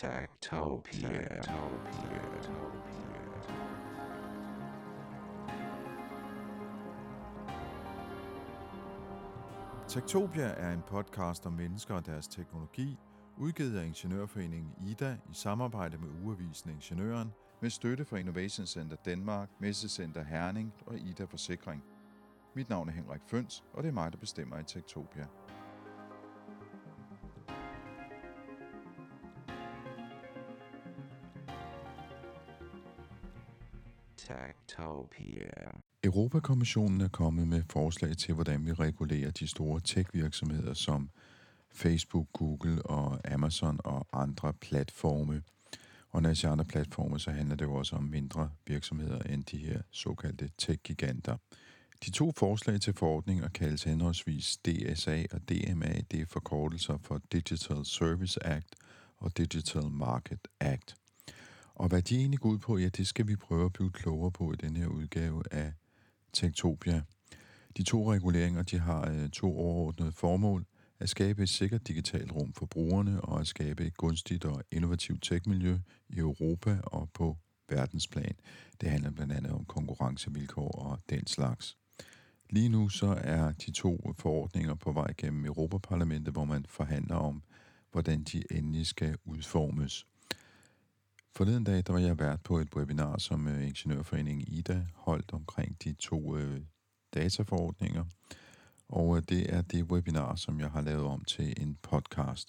Techtopia. Techtopia er en podcast om mennesker og deres teknologi, udgivet af Ingeniørforeningen IDA i samarbejde med Ugeavisen Ingeniøren, med støtte fra Innovation Center Danmark, Messecenter Herning og IDA Forsikring. Mit navn er Henrik Føns, og det er mig, der bestemmer i Techtopia. Europa-kommissionen er kommet med forslag til, hvordan vi regulerer de store tech-virksomheder som Facebook, Google og Amazon og andre platforme. Og når jeg siger andre platforme, så handler det jo også om mindre virksomheder end de her såkaldte tech-giganter. De to forslag til forordninger kaldes henholdsvis DSA og DMA. Det er forkortelser for Digital Service Act og Digital Market Act. Og hvad de egentlig går ud på, ja, det skal vi prøve at blive klogere på i den her udgave af Techtopia. De to reguleringer, de har to overordnede formål: at skabe et sikkert digitalt rum for brugerne og at skabe et gunstigt og innovativt tech-miljø i Europa og på verdensplan. Det handler blandt andet om konkurrencevilkår og den slags. Lige nu så er de to forordninger på vej gennem Europaparlamentet, hvor man forhandler om, hvordan de endelig skal udformes. Forleden dag, der var jeg vært på et webinar, som Ingeniørforeningen IDA holdt omkring de to dataforordninger. Og det er det webinar, som jeg har lavet om til en podcast.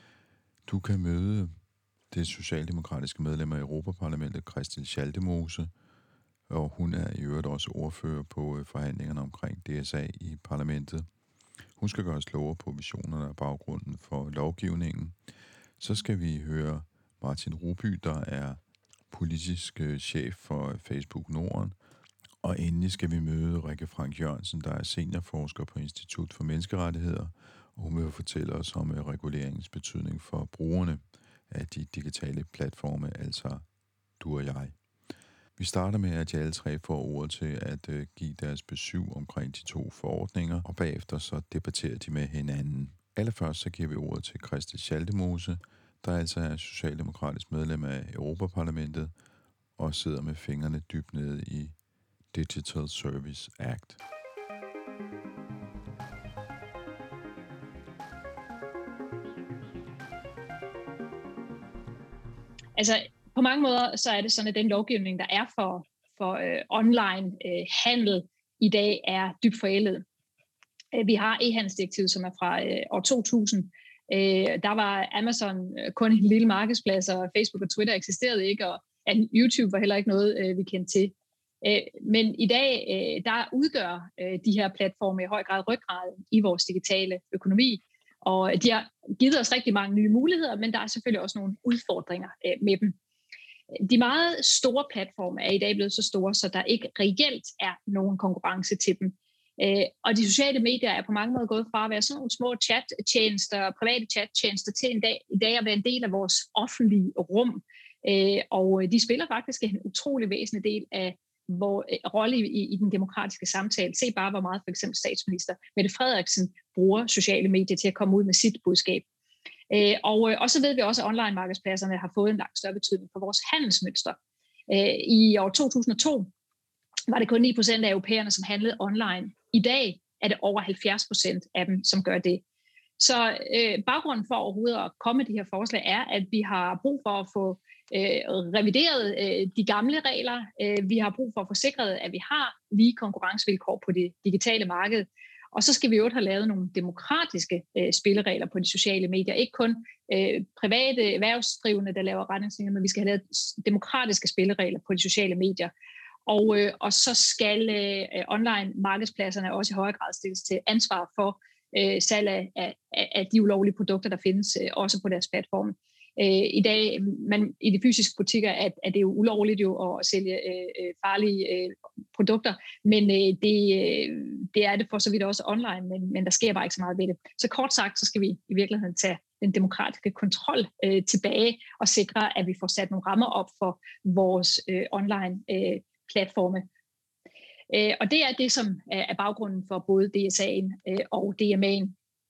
Du kan møde det socialdemokratiske medlem af Europaparlamentet, Christel Schaldemose, og hun er i øvrigt også ordfører på forhandlingerne omkring DSA i parlamentet. Hun skal gøre os klogere på visionerne og baggrunden for lovgivningen. Så skal vi høre Martin Ruby, der er politisk chef for Facebook Norden. Og endelig skal vi møde Rikke Frank Jørgensen, der er seniorforsker på Institut for Menneskerettigheder, og hun vil fortælle os om reguleringens betydning for brugerne af de digitale platforme, altså du og jeg. Vi starter med, at de alle tre får ordet til at give deres besøg omkring de to forordninger, og bagefter så debatterer de med hinanden. Allerførst så giver vi ordet til Christel Schaldemose, der altså er socialdemokratisk medlem af Europaparlamentet og sidder med fingrene dybt nede i Digital Service Act. Altså, på mange måder så er det sådan, at den lovgivning, der er for online handel i dag, er dybt forældet. Vi har e-handelsdirektivet, som er fra år 2000. Der var Amazon kun en lille markedsplads, og Facebook og Twitter eksisterede ikke, og YouTube var heller ikke noget, vi kendte til. Men i dag, der udgør de her platforme i høj grad ryggraden i vores digitale økonomi, og de har givet os rigtig mange nye muligheder, men der er selvfølgelig også nogle udfordringer med dem. De meget store platforme er i dag blevet så store, så der ikke reelt er nogen konkurrence til dem. Og de sociale medier er på mange måder gået fra at være sådan nogle små chat-tjenester, private chat-tjenester, til i dag at være en del af vores offentlige rum. Og de spiller faktisk en utrolig væsentlig del af rolle i den demokratiske samtale. Se bare, hvor meget for eksempel statsminister Mette Frederiksen bruger sociale medier til at komme ud med sit budskab. Og så ved vi også, at online-markedspladserne har fået en langt større betydning for vores handelsmønster. I år 2002 var det kun 9% af europæerne, som handlede online. I dag er det over 70% af dem, som gør det. Så baggrunden for overhovedet at komme med de her forslag er, at vi har brug for at få revideret de gamle regler. Vi har brug for at få sikret, at vi har lige konkurrencevilkår på det digitale marked. Og så skal vi jo have lavet nogle demokratiske spilleregler på de sociale medier. Ikke kun private erhvervsdrivende, der laver retningslinjer, men vi skal have lavet demokratiske spilleregler på de sociale medier. Og så skal online markedspladserne også i højere grad stilles til ansvar for salg af de ulovlige produkter, der findes også på deres platforme. I dag, i de fysiske butikker, er det jo ulovligt at sælge farlige produkter, men det er det for så vidt også online, men der sker bare ikke så meget ved det. Så kort sagt, så skal vi i virkeligheden tage den demokratiske kontrol tilbage og sikre, at vi får sat nogle rammer op for vores online platforme. Og det er det, som er baggrunden for både DSA'en og DMA'en.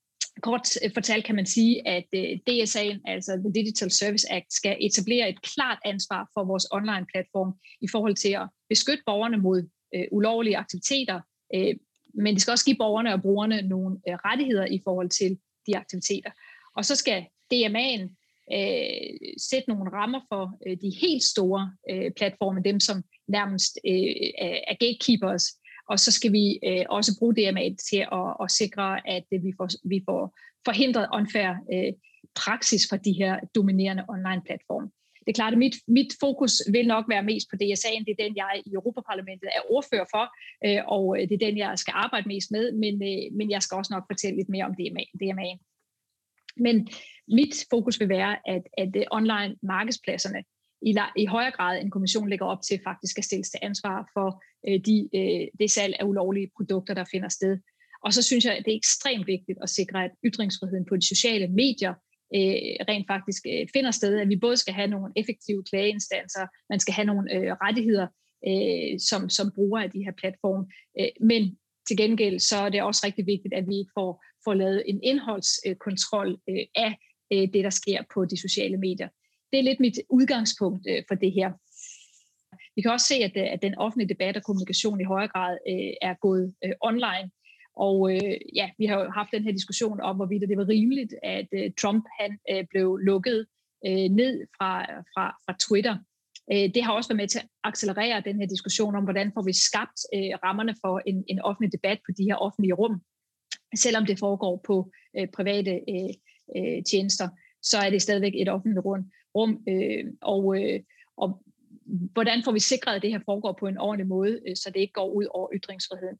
Kort fortalt kan man sige, at DSA'en, altså The Digital Service Act, skal etablere et klart ansvar for vores online-platform i forhold til at beskytte borgerne mod ulovlige aktiviteter, men det skal også give borgerne og brugerne nogle rettigheder i forhold til de aktiviteter. Og så skal DMA'en sætte nogle rammer for de helt store platforme, dem som nærmest er gatekeepers, og så skal vi også bruge DMA til at sikre, at vi får forhindret unfair praksis fra de her dominerende online-platforme. Det er klart, at mit fokus vil nok være mest på DSA'en. Det er den, jeg i Europaparlamentet er ordfører for, og det er den, jeg skal arbejde mest med, men jeg skal også nok fortælle lidt mere om DMA'en. Men mit fokus vil være, at online markedspladserne i højere grad en kommission lægger op til faktisk at stilles til ansvar for det salg af ulovlige produkter, der finder sted. Og så synes jeg, at det er ekstremt vigtigt at sikre, at ytringsfriheden på de sociale medier rent faktisk finder sted, at vi både skal have nogle effektive klageinstanser, man skal have nogle rettigheder som bruger af de her platforme, men til gengæld så er det også rigtig vigtigt, at vi ikke får lavet en indholdskontrol af det, der sker på de sociale medier. Det er lidt mit udgangspunkt for det her. Vi kan også se, at den offentlige debat og kommunikation i højere grad er gået online. Og vi har jo haft den her diskussion om, hvorvidt det var rimeligt, at Trump han blev lukket ned fra Twitter. Det har også været med til at accelerere den her diskussion om, hvordan får vi skabt rammerne for en offentlig debat på de her offentlige rum. Selvom det foregår på private tjenester, så er det stadigvæk et offentligt rum. Og hvordan får vi sikret, at det her foregår på en ordentlig måde, så det ikke går ud over ytringsfriheden.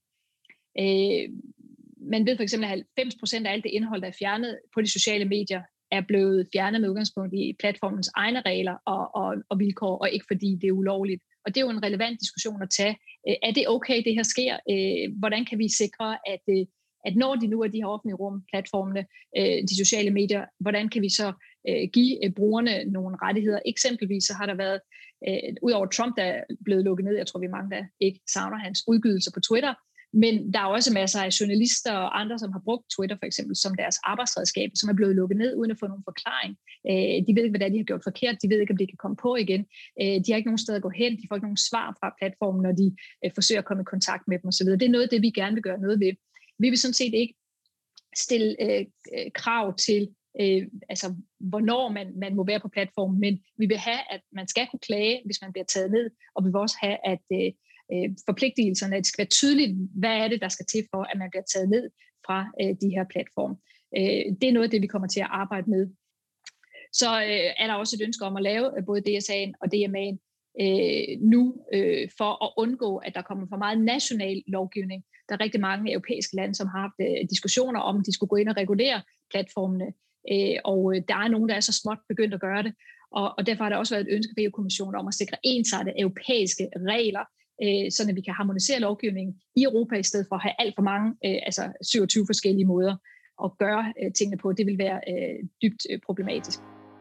Man ved for eksempel, at 90% af alt det indhold, der er fjernet på de sociale medier, er blevet fjernet med udgangspunkt i platformens egne regler og vilkår, og ikke fordi det er ulovligt. Og det er jo en relevant diskussion at tage. Er det okay, det her sker? Hvordan kan vi sikre, at når de nu er de her offentlige rum, platformene, de sociale medier, hvordan kan vi så give brugerne nogle rettigheder? Eksempelvis så har der været, udover Trump, der er blevet lukket ned, jeg tror vi er mange, der ikke savner hans udgydelser på Twitter, men der er også masser af journalister og andre, som har brugt Twitter for eksempel som deres arbejdsredskab, som er blevet lukket ned uden at få nogen forklaring. De ved ikke, hvad de har gjort forkert. De ved ikke, om de kan komme på igen. De har ikke nogen sted at gå hen. De får ikke nogen svar fra platformen, når de forsøger at komme i kontakt med dem osv. Det er noget af det, vi gerne vil gøre noget ved. Vi vil sådan set ikke stille krav til, hvornår man må være på platformen, men vi vil have, at man skal kunne klage, hvis man bliver taget ned, og vi vil også have, at forpligtelserne, at det skal være tydeligt, hvad er det, der skal til for, at man bliver taget ned fra de her platforme. Det er noget af det, vi kommer til at arbejde med. Så er der også et ønske om at lave både DSA'en og DMA'en nu for at undgå, at der kommer for meget national lovgivning. Der er rigtig mange europæiske lande, som har haft diskussioner om, de skulle gå ind og regulere platformene, og der er nogen, der er så småt begyndt at gøre det, og derfor har der også været et ønske fra EU-kommissionen om at sikre ensartede europæiske regler, så at vi kan harmonisere lovgivningen i Europa, i stedet for at have alt for mange, 27 forskellige måder at gøre tingene på. Det vil være dybt problematisk.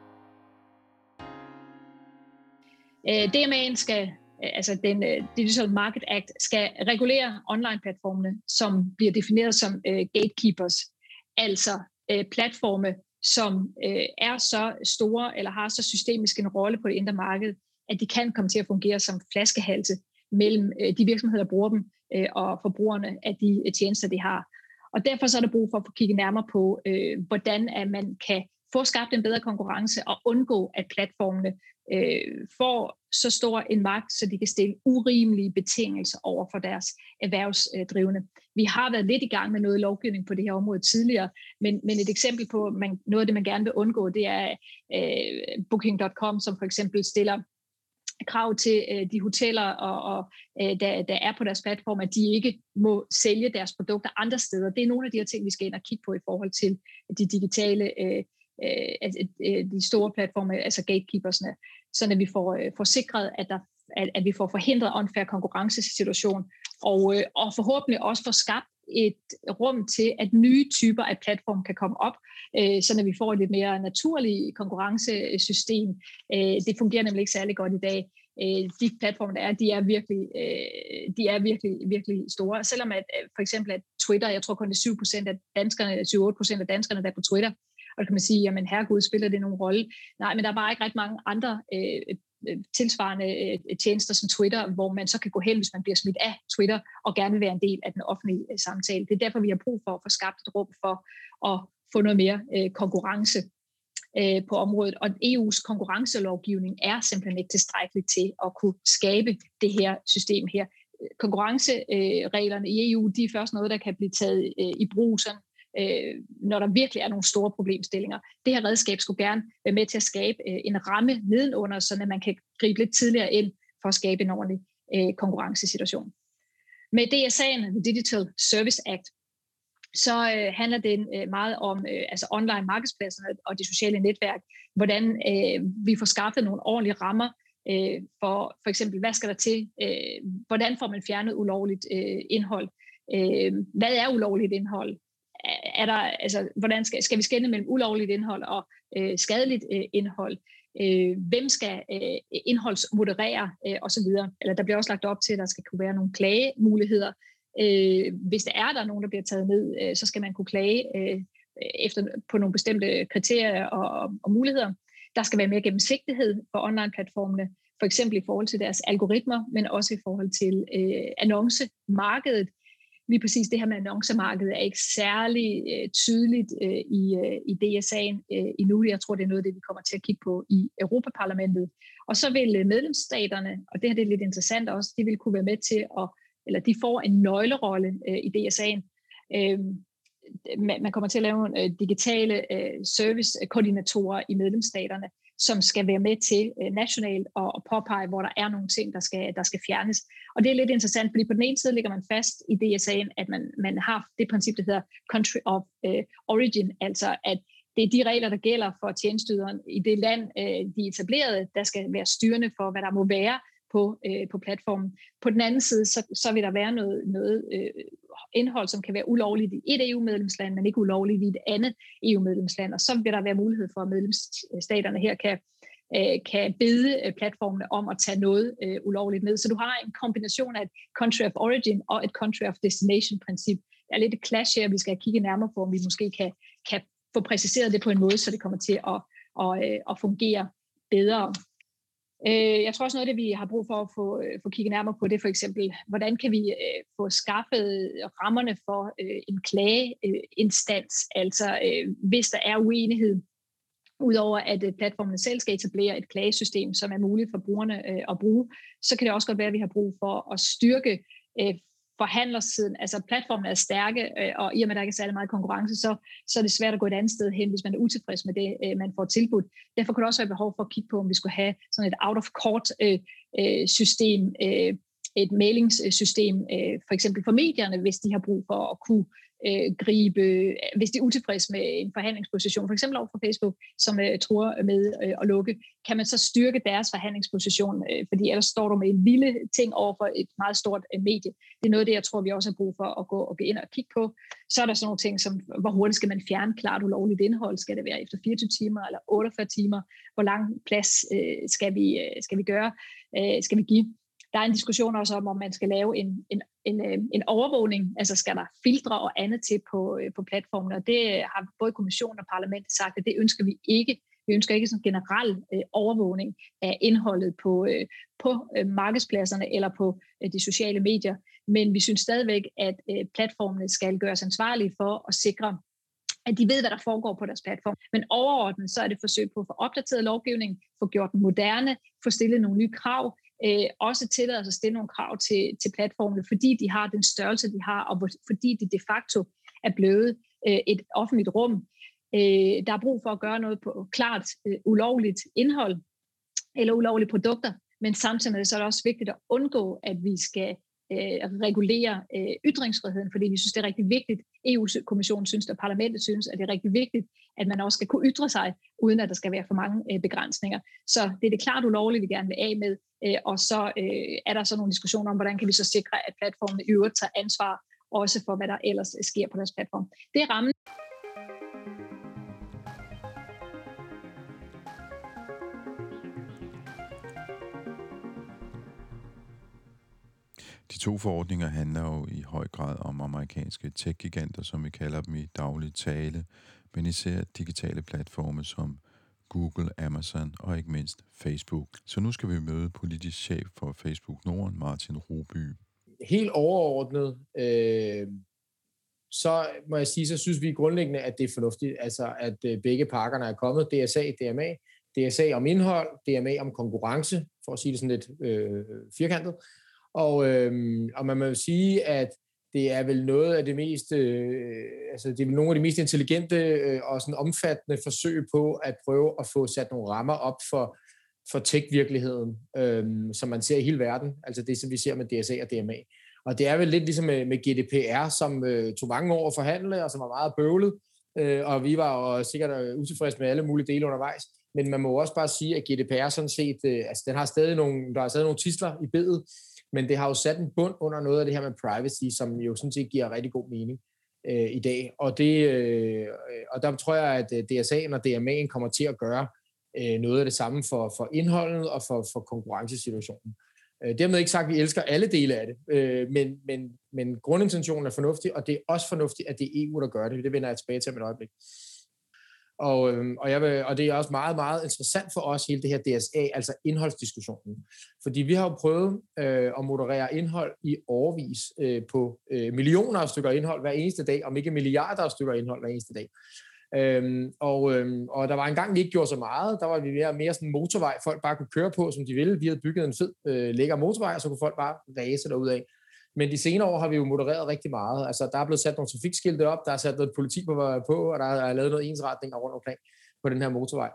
DMA'en skal, den Digital Market Act, skal regulere online-platformene, som bliver defineret som gatekeepers, altså platforme, som er så store eller har så systemisk en rolle på det indre marked, at de kan komme til at fungere som flaskehalse mellem de virksomheder, der bruger dem, og forbrugerne af de tjenester, de har. Og derfor så er der brug for at få kigget nærmere på, hvordan at man kan få skabt en bedre konkurrence og undgå, at platformene får så stor en magt, så de kan stille urimelige betingelser over for deres erhvervsdrivende. Vi har været lidt i gang med noget lovgivning på det her område tidligere, men et eksempel på noget af det, man gerne vil undgå, det er Booking.com, som for eksempel stiller krav til de hoteller, der er på deres platform, at de ikke må sælge deres produkter andre steder. Det er nogle af de her ting, vi skal ind og kigge på i forhold til de digitale, de store platforme, altså gatekeepersne, så at vi får sikret, at vi får forhindret unfair konkurrencesituation, og forhåbentlig også får skabt et rum til, at nye typer af platform kan komme op, så at vi får et lidt mere naturligt konkurrencesystem. Det fungerer nemlig ikke særlig godt i dag. de platforme, der er, de er virkelig store. Selvom at for eksempel at Twitter, jeg tror kun det er 7% af danskerne, 7-8% af danskerne, der er på Twitter, og kan man sige, jamen herregud, spiller det nogen rolle? Nej, men der er bare ikke ret mange andre tilsvarende tjenester som Twitter, hvor man så kan gå hen, hvis man bliver smidt af Twitter, og gerne vil være en del af den offentlige samtale. Det er derfor, vi har brug for at få skabt et rum for at få noget mere konkurrence på området. Og EU's konkurrencelovgivning er simpelthen ikke tilstrækkelig til at kunne skabe det her system her. Konkurrencereglerne i EU, de er først noget, der kan blive taget i brug, sådan, når der virkelig er nogle store problemstillinger. Det her redskab skulle gerne være med til at skabe en ramme nedenunder, så man kan gribe lidt tidligere ind for at skabe en ordentlig konkurrencesituation. Med DSA'en, The Digital Service Act, så handler det meget om altså online markedspladserne og de sociale netværk, hvordan vi får skaffet nogle ordentlige rammer for eksempel, hvad skal der til? Hvordan får man fjernet ulovligt indhold? Hvad er ulovligt indhold? Hvordan skal vi skelne mellem ulovligt indhold og skadeligt indhold? Hvem skal indholdsmoderere osv.? Eller der bliver også lagt op til, at der skal kunne være nogle klagemuligheder. Hvis der er nogen, der bliver taget ned, så skal man kunne klage på nogle bestemte kriterier og muligheder. Der skal være mere gennemsigtighed for online-platformene, for eksempel i forhold til deres algoritmer, men også i forhold til annoncemarkedet. Lige præcis det her med annoncemarkedet er ikke særlig tydeligt i DSA'en endnu. Jeg tror, det er noget af det, vi kommer til at kigge på i Europaparlamentet. Og så vil medlemsstaterne, og det her det er lidt interessant også, de vil kunne være med til eller de får en nøglerolle i DSA'en. Man kommer til at lave digitale servicekoordinatorer i medlemsstaterne, som skal være med til nationalt og påpege, hvor der er nogle ting, der skal fjernes. Og det er lidt interessant, fordi på den ene side ligger man fast i DSA'en, at man har det princip, der hedder country of origin, altså at det er de regler, der gælder for tjenesteyderen i det land, de etablerede, der skal være styrende for, hvad der må være på platformen. På den anden side, så vil der være noget indhold, som kan være ulovligt i et EU-medlemsland, men ikke ulovligt i et andet EU-medlemsland. Og så vil der være mulighed for, at medlemsstaterne her kan bede platformene om at tage noget ulovligt ned. Så du har en kombination af et country of origin og et country of destination-princip. Der er lidt et clash her, vi skal kigge nærmere på, om vi måske kan få præciseret det på en måde, så det kommer til at fungere bedre. Jeg tror også noget af det, vi har brug for at få kigget nærmere på, det er for eksempel, hvordan kan vi få skaffet rammerne for en klageinstans, altså hvis der er uenighed, udover at platformene selv skal etablere et klagesystem, som er muligt for brugerne at bruge, så kan det også godt være, at vi har brug for at styrke forhandlersiden. Altså platformen er stærke, og i og med, at der ikke er særlig meget konkurrence, så er det svært at gå et andet sted hen, hvis man er utilfreds med det, man får tilbudt. Derfor kan der også være behov for at kigge på, om vi skulle have sådan et out-of-court system, et mailingssystem, for eksempel for medierne, hvis de har brug for at kunne gribe, hvis de er utilfredse med en forhandlingsposition, for eksempel over for Facebook, som truer med at lukke, kan man så styrke deres forhandlingsposition, fordi ellers står du med en lille ting over for et meget stort medie. Det er noget af det, jeg tror, vi også har brug for at gå ind og kigge på. Så er der sådan nogle ting som, hvor hurtigt skal man fjerne klart ulovligt indhold? Skal det være efter 24 timer eller 48 timer? Hvor lang plads skal vi give? Der er en diskussion også om man skal lave en overvågning, altså skal der filtre og andet til på platformen, og det har både kommissionen og parlamentet sagt, at det ønsker vi ikke. Vi ønsker ikke sådan en generel overvågning af indholdet på markedspladserne eller på de sociale medier, men vi synes stadigvæk, at platformene skal gøres ansvarlige for at sikre, at de ved, hvad der foregår på deres platform. Men overordnet, så er det forsøg på at få opdateret lovgivningen, få gjort den moderne, få stillet nogle nye krav, også tillader os at stille nogle krav til platformene, fordi de har den størrelse, de har, og fordi de de facto er blevet et offentligt rum. Der er brug for at gøre noget på klart ulovligt indhold eller ulovlige produkter, men samtidig med det, så er det også vigtigt at undgå, at vi skal regulere ytringsfriheden, fordi vi synes, det er rigtig vigtigt. EU-kommissionen synes, og parlamentet synes, at det er rigtig vigtigt, at man også skal kunne ytre sig, uden at der skal være for mange begrænsninger. Så det er det klart ulovlige, vi gerne vil af med, og så er der så nogle diskussioner om, hvordan kan vi så sikre, at platformene i øvrigt tager ansvar, også for, hvad der ellers sker på deres platform. Det er rammen. De to forordninger handler jo i høj grad om amerikanske tech-giganter, som vi kalder dem i daglig tale, men især digitale platforme som Google, Amazon og ikke mindst Facebook. Så nu skal vi møde politisk chef for Facebook Norden, Martin Roby. Helt overordnet, så må jeg sige, så synes vi grundlæggende, at det er fornuftigt, altså at begge pakkerne er kommet, DSA, DMA. DSA om indhold, DMA om konkurrence, for at sige det sådan lidt firkantet. Og man må jo sige, at det er vel noget af det mest, altså det er vel nogle af de mest intelligente og sådan omfattende forsøg på at prøve at få sat nogle rammer op for tech-virkeligheden, som man ser i hele verden, altså det, som vi ser med DSA og DMA. Og det er vel lidt ligesom med GDPR, som tog mange år at forhandle, og som var meget bøvlet, og vi var jo sikkert utilfredse med alle mulige dele undervejs. Men man må også bare sige, at GDPR sådan set, altså der er stadig nogle tidsler i bedet, men det har jo sat en bund under noget af det her med privacy, som jo sådan set giver rigtig god mening i dag. Og der tror jeg, at DSA'en og DMA'en kommer til at gøre noget af det samme for indholdet og for konkurrencesituationen. Dermed ikke sagt, at vi elsker alle dele af det, men grundintentionen er fornuftig, og det er også fornuftigt, at det er EU, der gør det. Det vender jeg tilbage til om et øjeblik. Og det er også meget, meget interessant for os, hele det her DSA, altså indholdsdiskussionen. Fordi vi har jo prøvet at moderere indhold i årevis på millioner af stykker indhold hver eneste dag, om ikke milliarder af stykker indhold hver eneste dag. Og der var engang, vi ikke gjorde så meget. Der var vi mere sådan en motorvej, folk bare kunne køre på, som de ville. Vi havde bygget en fed lækker motorvej, og så kunne folk bare ræse derudad. Men de senere år har vi jo modereret rigtig meget. Altså, der er blevet sat nogle trafikskilte op, der er sat noget politi på, og der er lavet noget ensretning rundt omkring på den her motorvej.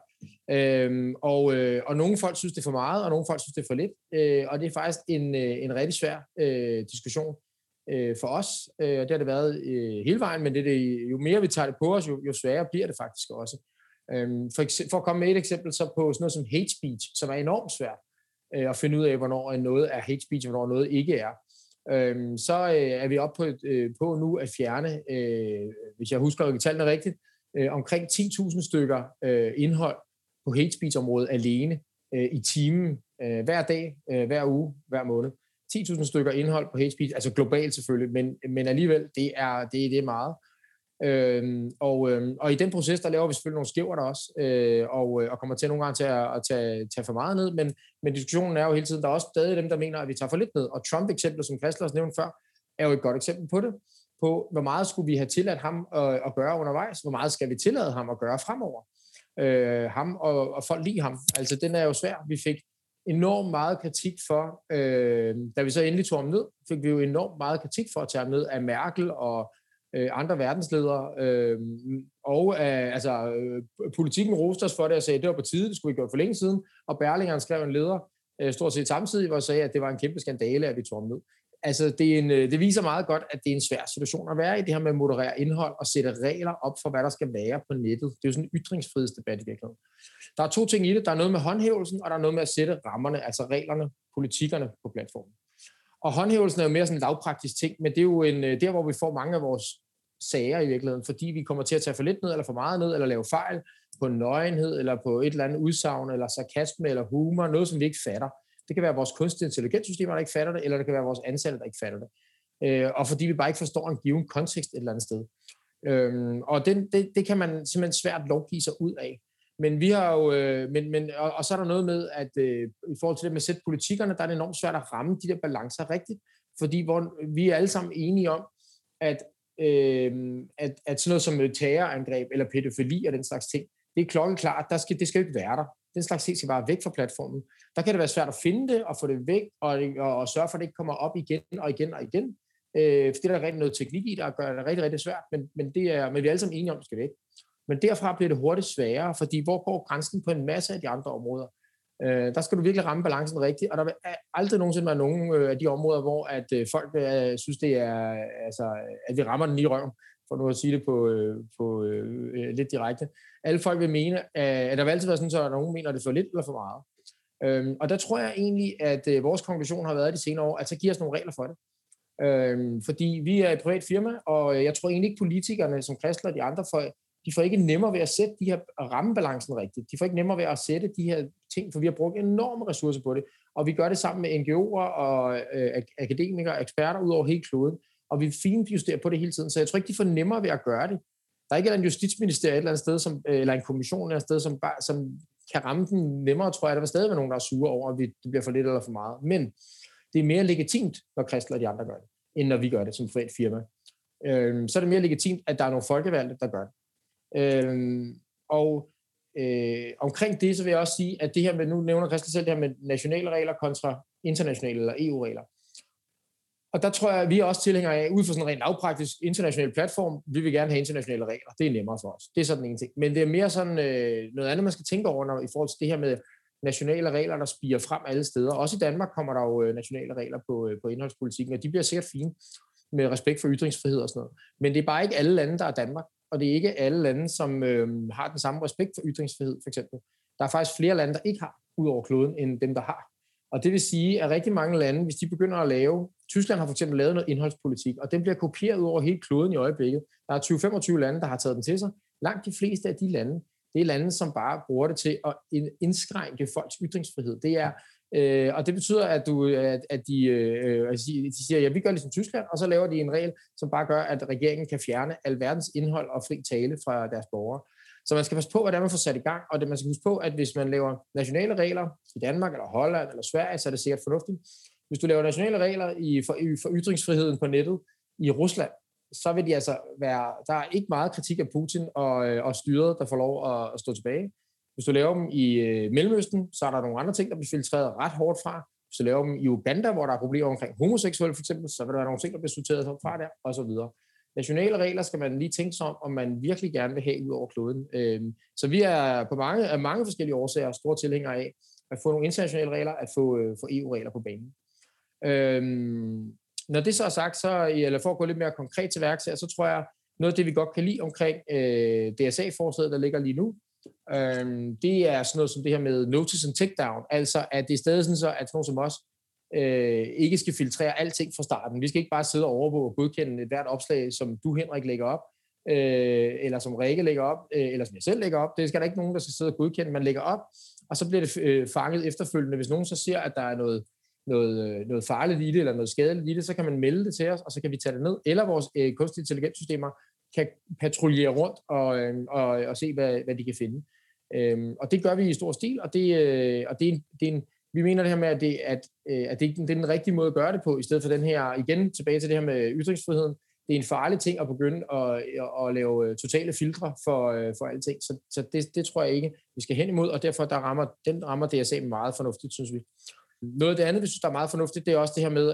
Og nogle folk synes, det er for meget, og nogle folk synes, det er for lidt. Og det er faktisk en rigtig svær diskussion for os. Og det har det været hele vejen, men jo mere vi tager det på os, jo sværere bliver det faktisk også. For at komme med et eksempel, så på sådan noget som hate speech, som er enormt svært at finde ud af, hvornår noget er hate speech, og hvornår noget ikke er. Så er vi oppe på nu at fjerne, hvis jeg husker tallene rigtigt, omkring 10.000 stykker indhold på hate speech-området alene i timen, hver dag, hver uge, hver måned. 10.000 stykker indhold på hate speech, altså globalt selvfølgelig, men alligevel, det er meget. Og i den proces, der laver vi selvfølgelig nogle skæver der også, og kommer til nogle gange til at tage for meget ned, men diskussionen er jo hele tiden, der er også stadig dem, der mener, at vi tager for lidt ned, og Trump-eksemplet, som Christel også nævnte før, er jo et godt eksempel på det, på hvor meget skulle vi have tilladt ham at gøre undervejs, hvor meget skal vi tillade ham at gøre fremover, ham og folk lide ham, altså den er jo svær. Vi fik enormt meget kritik for, da vi så endelig tog ham ned, fik vi jo enormt meget kritik for at tage ham ned af Merkel og andre verdensledere, politikken roste os for det og sagde, at det var på tide, det skulle vi gøre for længe siden, og Berlingeren skrev en leder, stort set samtidig, hvor sagde, at det var en kæmpe skandale, at vi tog ham ned. Altså, det viser meget godt, at det er en svær situation at være i, det her med at moderere indhold og sætte regler op for, hvad der skal være på nettet. Det er jo sådan en ytringsfrihedsdebat i virkeligheden. Der er to ting i det. Der er noget med håndhævelsen, og der er noget med at sætte rammerne, altså reglerne, politikkerne på platformen. Og håndhævelsen er jo mere sådan en lavpraktisk ting, men det er jo der, hvor vi får mange af vores sager i virkeligheden, fordi vi kommer til at tage for lidt ned, eller for meget ned, eller lave fejl på nøgenhed, eller på et eller andet udsagn, eller sarkasme, eller humor, noget, som vi ikke fatter. Det kan være vores kunstig intelligenssystemer, der ikke fatter det, eller det kan være vores ansatte, der ikke fatter det. Og fordi vi bare ikke forstår en given kontekst et eller andet sted. Og det kan man simpelthen svært lovgive sig ud af. Men vi har jo, og så er der noget med, at i forhold til det med at sætte politikkerne, der er det enormt svært at ramme de der balancer rigtigt, fordi vi er alle sammen enige om, at sådan noget som terrorangreb eller pædofili og den slags ting, det er klokkeklart, det skal jo ikke være der. Den slags ting skal bare væk fra platformen. Der kan det være svært at finde det og få det væk og sørge for, at det ikke kommer op igen og igen og igen. For det er der rigtig noget teknik i, der gør det rigtig, rigtig svært, men vi er alle sammen enige om, at det skal væk. Men derfra bliver det hurtigt sværere, fordi hvor går grænsen på en masse af de andre områder? Der skal du virkelig ramme balancen rigtigt, og der vil aldrig nogensinde være nogen af de områder, hvor at folk synes, det er, altså, at vi rammer den lige i røven, for nu at sige det på lidt direkte. Alle folk vil mene, at der vil altid være sådan, at nogen mener, at det er for lidt eller for meget. Og der tror jeg egentlig, at vores konklusion har været de senere år, at så giver os nogle regler for det. Fordi vi er et privat firma, og jeg tror egentlig ikke politikerne, som Christel og de andre folk, de får ikke nemmere ved at sætte de her rammebalancen rigtigt. De får ikke nemmere ved at sætte de her ting, for vi har brugt enorme ressourcer på det, og vi gør det sammen med NGO'er og akademikere og eksperter ud over hele kloden, og vi finjusterer på det hele tiden, så jeg tror ikke, de får nemmere ved at gøre det. Der er ikke en justitsministerium et eller andet sted, eller en kommission et eller andet sted, som kan ramme den nemmere, tror jeg. Der vil stadig være nogen, der er sure over, at det bliver for lidt eller for meget. Men det er mere legitimt, når Christel og de andre gør det, end når vi gør det som privat firma. Så er det mere legitimt, at der er nogle folkevalgte, der gør det. Omkring det, så vil jeg også sige, at det her med, nu nævner Christel selv det her med nationale regler kontra internationale eller EU-regler. Og der tror jeg, at vi er også tilhængere af, ud fra sådan en rent lavpraktisk international platform, vi vil gerne have internationale regler. Det er nemmere for os. Det er sådan en ting. Men det er mere sådan noget andet, man skal tænke over, i forhold til det her med nationale regler, der spiger frem alle steder. Også i Danmark kommer der jo nationale regler på indholdspolitikken, og de bliver sikkert fine med respekt for ytringsfrihed og sådan noget. Men det er bare ikke alle lande, der er Danmark, og det er ikke alle lande, som har den samme respekt for ytringsfrihed, for eksempel. Der er faktisk flere lande, der ikke har, ud over kloden, end dem, der har. Og det vil sige, at rigtig mange lande, hvis de begynder at lave... Tyskland har for eksempel lavet noget indholdspolitik, og den bliver kopieret ud over hele kloden i øjeblikket. Der er 20-25 lande, der har taget den til sig. Langt de fleste af de lande, det er lande, som bare bruger det til at indskrænke folks ytringsfrihed. Det er, og det betyder, at de siger, ja, vi gør ligesom Tyskland, og så laver de en regel, som bare gør, at regeringen kan fjerne alverdens indhold og fri tale fra deres borgere. Så man skal passe på, hvordan man får sat i gang, og man skal huske på, at hvis man laver nationale regler i Danmark, eller Holland, eller Sverige, så er det sikkert fornuftigt. Hvis du laver nationale regler for ytringsfriheden på nettet i Rusland, så vil de altså være, der er ikke meget kritik af Putin og styret, der får lov at stå tilbage. Hvis du laver dem i Mellemøsten, så er der nogle andre ting, der bliver filtreret ret hårdt fra. Hvis du laver dem i Uganda, hvor der er problemer omkring homoseksuelle for eksempel, så vil der være nogle ting, der bliver sorteret fra der, og så videre. Nationale regler skal man lige tænke sig om man virkelig gerne vil have ud over kloden. Så vi er på mange forskellige årsager store tilhængere af at få nogle internationale regler, at få EU-regler på banen. Når det så er sagt, eller for at gå lidt mere konkret til værks her, så tror jeg, noget af det, vi godt kan lide omkring DSA-forslaget, der ligger lige nu, det er sådan noget som det her med notice and take down, altså at det er stadig sådan så, at nogen som os ikke skal filtrere alting fra starten. Vi skal ikke bare sidde og overvåge og godkende et hvert opslag, som du, Henrik, lægger op, eller som Rikke lægger op, eller som jeg selv lægger op. Det skal der ikke nogen, der skal sidde og godkende. Man lægger op, og så bliver det fanget efterfølgende. Hvis nogen så ser, at der er noget farligt i det, eller noget skadeligt i det, så kan man melde det til os, og så kan vi tage det ned. Eller vores kunstige intelligenssystemer kan patruljere rundt og se, hvad de kan finde. Og det gør vi i stor stil, og det er vi mener det her med, at det er den rigtige måde at gøre det på, i stedet for den her, igen tilbage til det her med ytringsfriheden. Det er en farlig ting at begynde at lave totale filtre for alting. Så det tror jeg ikke, vi skal hen imod, og derfor rammer DSA meget fornuftigt, synes vi. Noget af det andet, vi synes, der er meget fornuftigt, det er også det her med,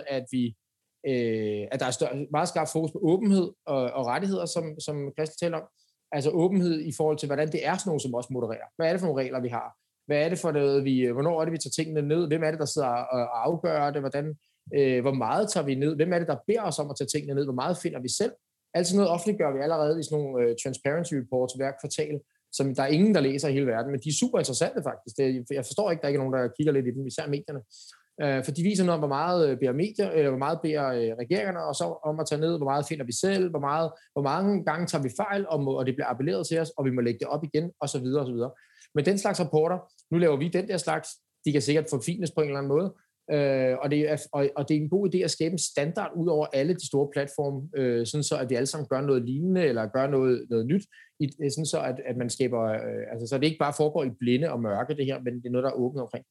at der er meget skarp fokus på åbenhed og rettigheder, som Christel taler om. Altså åbenhed i forhold til, hvordan det er sådan nogen, som også modererer. Hvad er det for nogle regler, vi har? Hvad er det for noget, hvornår er det, vi tager tingene ned? Hvem er det, der sidder og afgør det? Hvor meget tager vi ned? Hvem er det, der beder os om at tage tingene ned? Hvor meget finder vi selv? Altså noget offentliggør vi allerede i sådan nogle transparency reports hver kvartal, som der er ingen, der læser i hele verden, men de er super interessante faktisk. Jeg forstår ikke, der ikke er nogen, der kigger lidt i dem, især medierne. For de viser noget om, hvor meget beder hvor meget beder regeringerne, og så om at tage ned, hvor meget finder vi selv, hvor mange gange tager vi fejl, og det bliver appelleret til os, og vi må lægge det op igen, og så videre, og så videre. Men den slags rapporter, nu laver vi den der slags, de kan sikkert forfines på en eller anden måde, og det er en god idé at skabe en standard ud over alle de store platforme, sådan så at vi alle sammen gør noget lignende, eller gør noget nyt, sådan så at man skaber, altså så det ikke bare foregår i blinde og mørke det her, men det er noget, der er åbent omkring.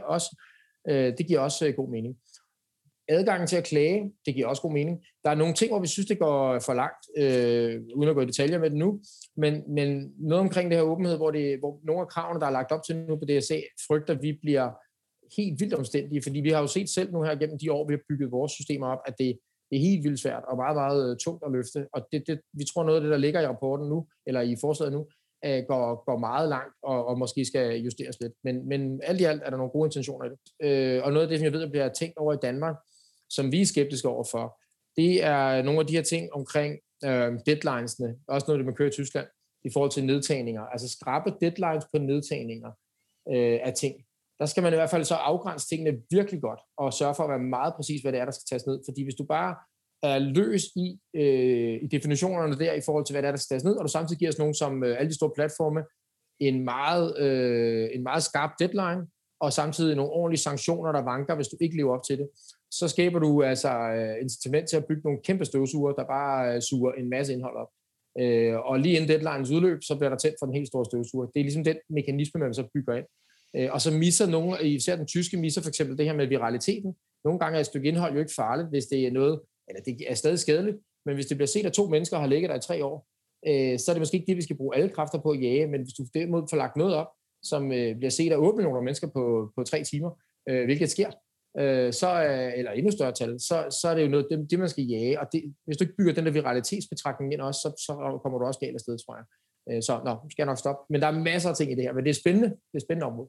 Det giver også god mening. Adgangen til at klage, det giver også god mening. Der er nogle ting, hvor vi synes, det går for langt, uden at gå i detaljer med det nu, men noget omkring det her åbenhed, hvor nogle af kravene, der er lagt op til nu på DSA, frygter, vi bliver helt vildt omstændige, fordi vi har jo set selv nu her gennem de år, vi har bygget vores systemer op, at det er helt vildt svært og meget, meget tungt at løfte, og vi tror noget af det, der ligger i rapporten nu, eller i forslaget nu, går meget langt, og måske skal justeres lidt. Men alt i alt er der nogle gode intentioner i det. Og noget af det, som jeg ved, der bliver tænkt over i Danmark, som vi er skeptiske overfor, det er nogle af de her ting omkring deadlinesene, også noget, det man kører i Tyskland, i forhold til nedtagninger. Altså skrappe deadlines på nedtagninger af ting. Der skal man i hvert fald så afgrænse tingene virkelig godt, og sørge for at være meget præcis, hvad det er, der skal tages ned. Fordi hvis du bare er løs i definitionerne der, i forhold til, hvad der skal tages ned, og du samtidig giver os nogen som alle de store platforme en meget skarp deadline, og samtidig nogle ordentlige sanktioner, der vanker, hvis du ikke lever op til det. Så skaber du altså incitament til at bygge nogle kæmpe støvsuger, der bare suger en masse indhold op. Og lige inden deadlines udløb, så bliver der tændt for den helt store støvsuger. Det er ligesom den mekanisme, man så bygger ind. Og så misser nogle, især den tyske misser for eksempel det her med viraliteten. Nogle gange er et stykke indhold jo ikke farligt, hvis det er noget, eller det er stadig skadeligt, men hvis det bliver set af 2 mennesker og har ligget der i 3 år, så er det måske ikke det, vi skal bruge alle kræfter på at jage, men hvis du derimod får lagt noget op, som bliver set af 8 millioner mennesker på 3 timer, hvilket sker, eller endnu større tal, så er det jo noget, det man skal jage, og hvis du ikke bygger den der viralitetsbetragtning ind også, så kommer du også galt afsted, tror jeg. Nu skal jeg nok stoppe. Men der er masser af ting i det her, men det er spændende. Det er spændende område.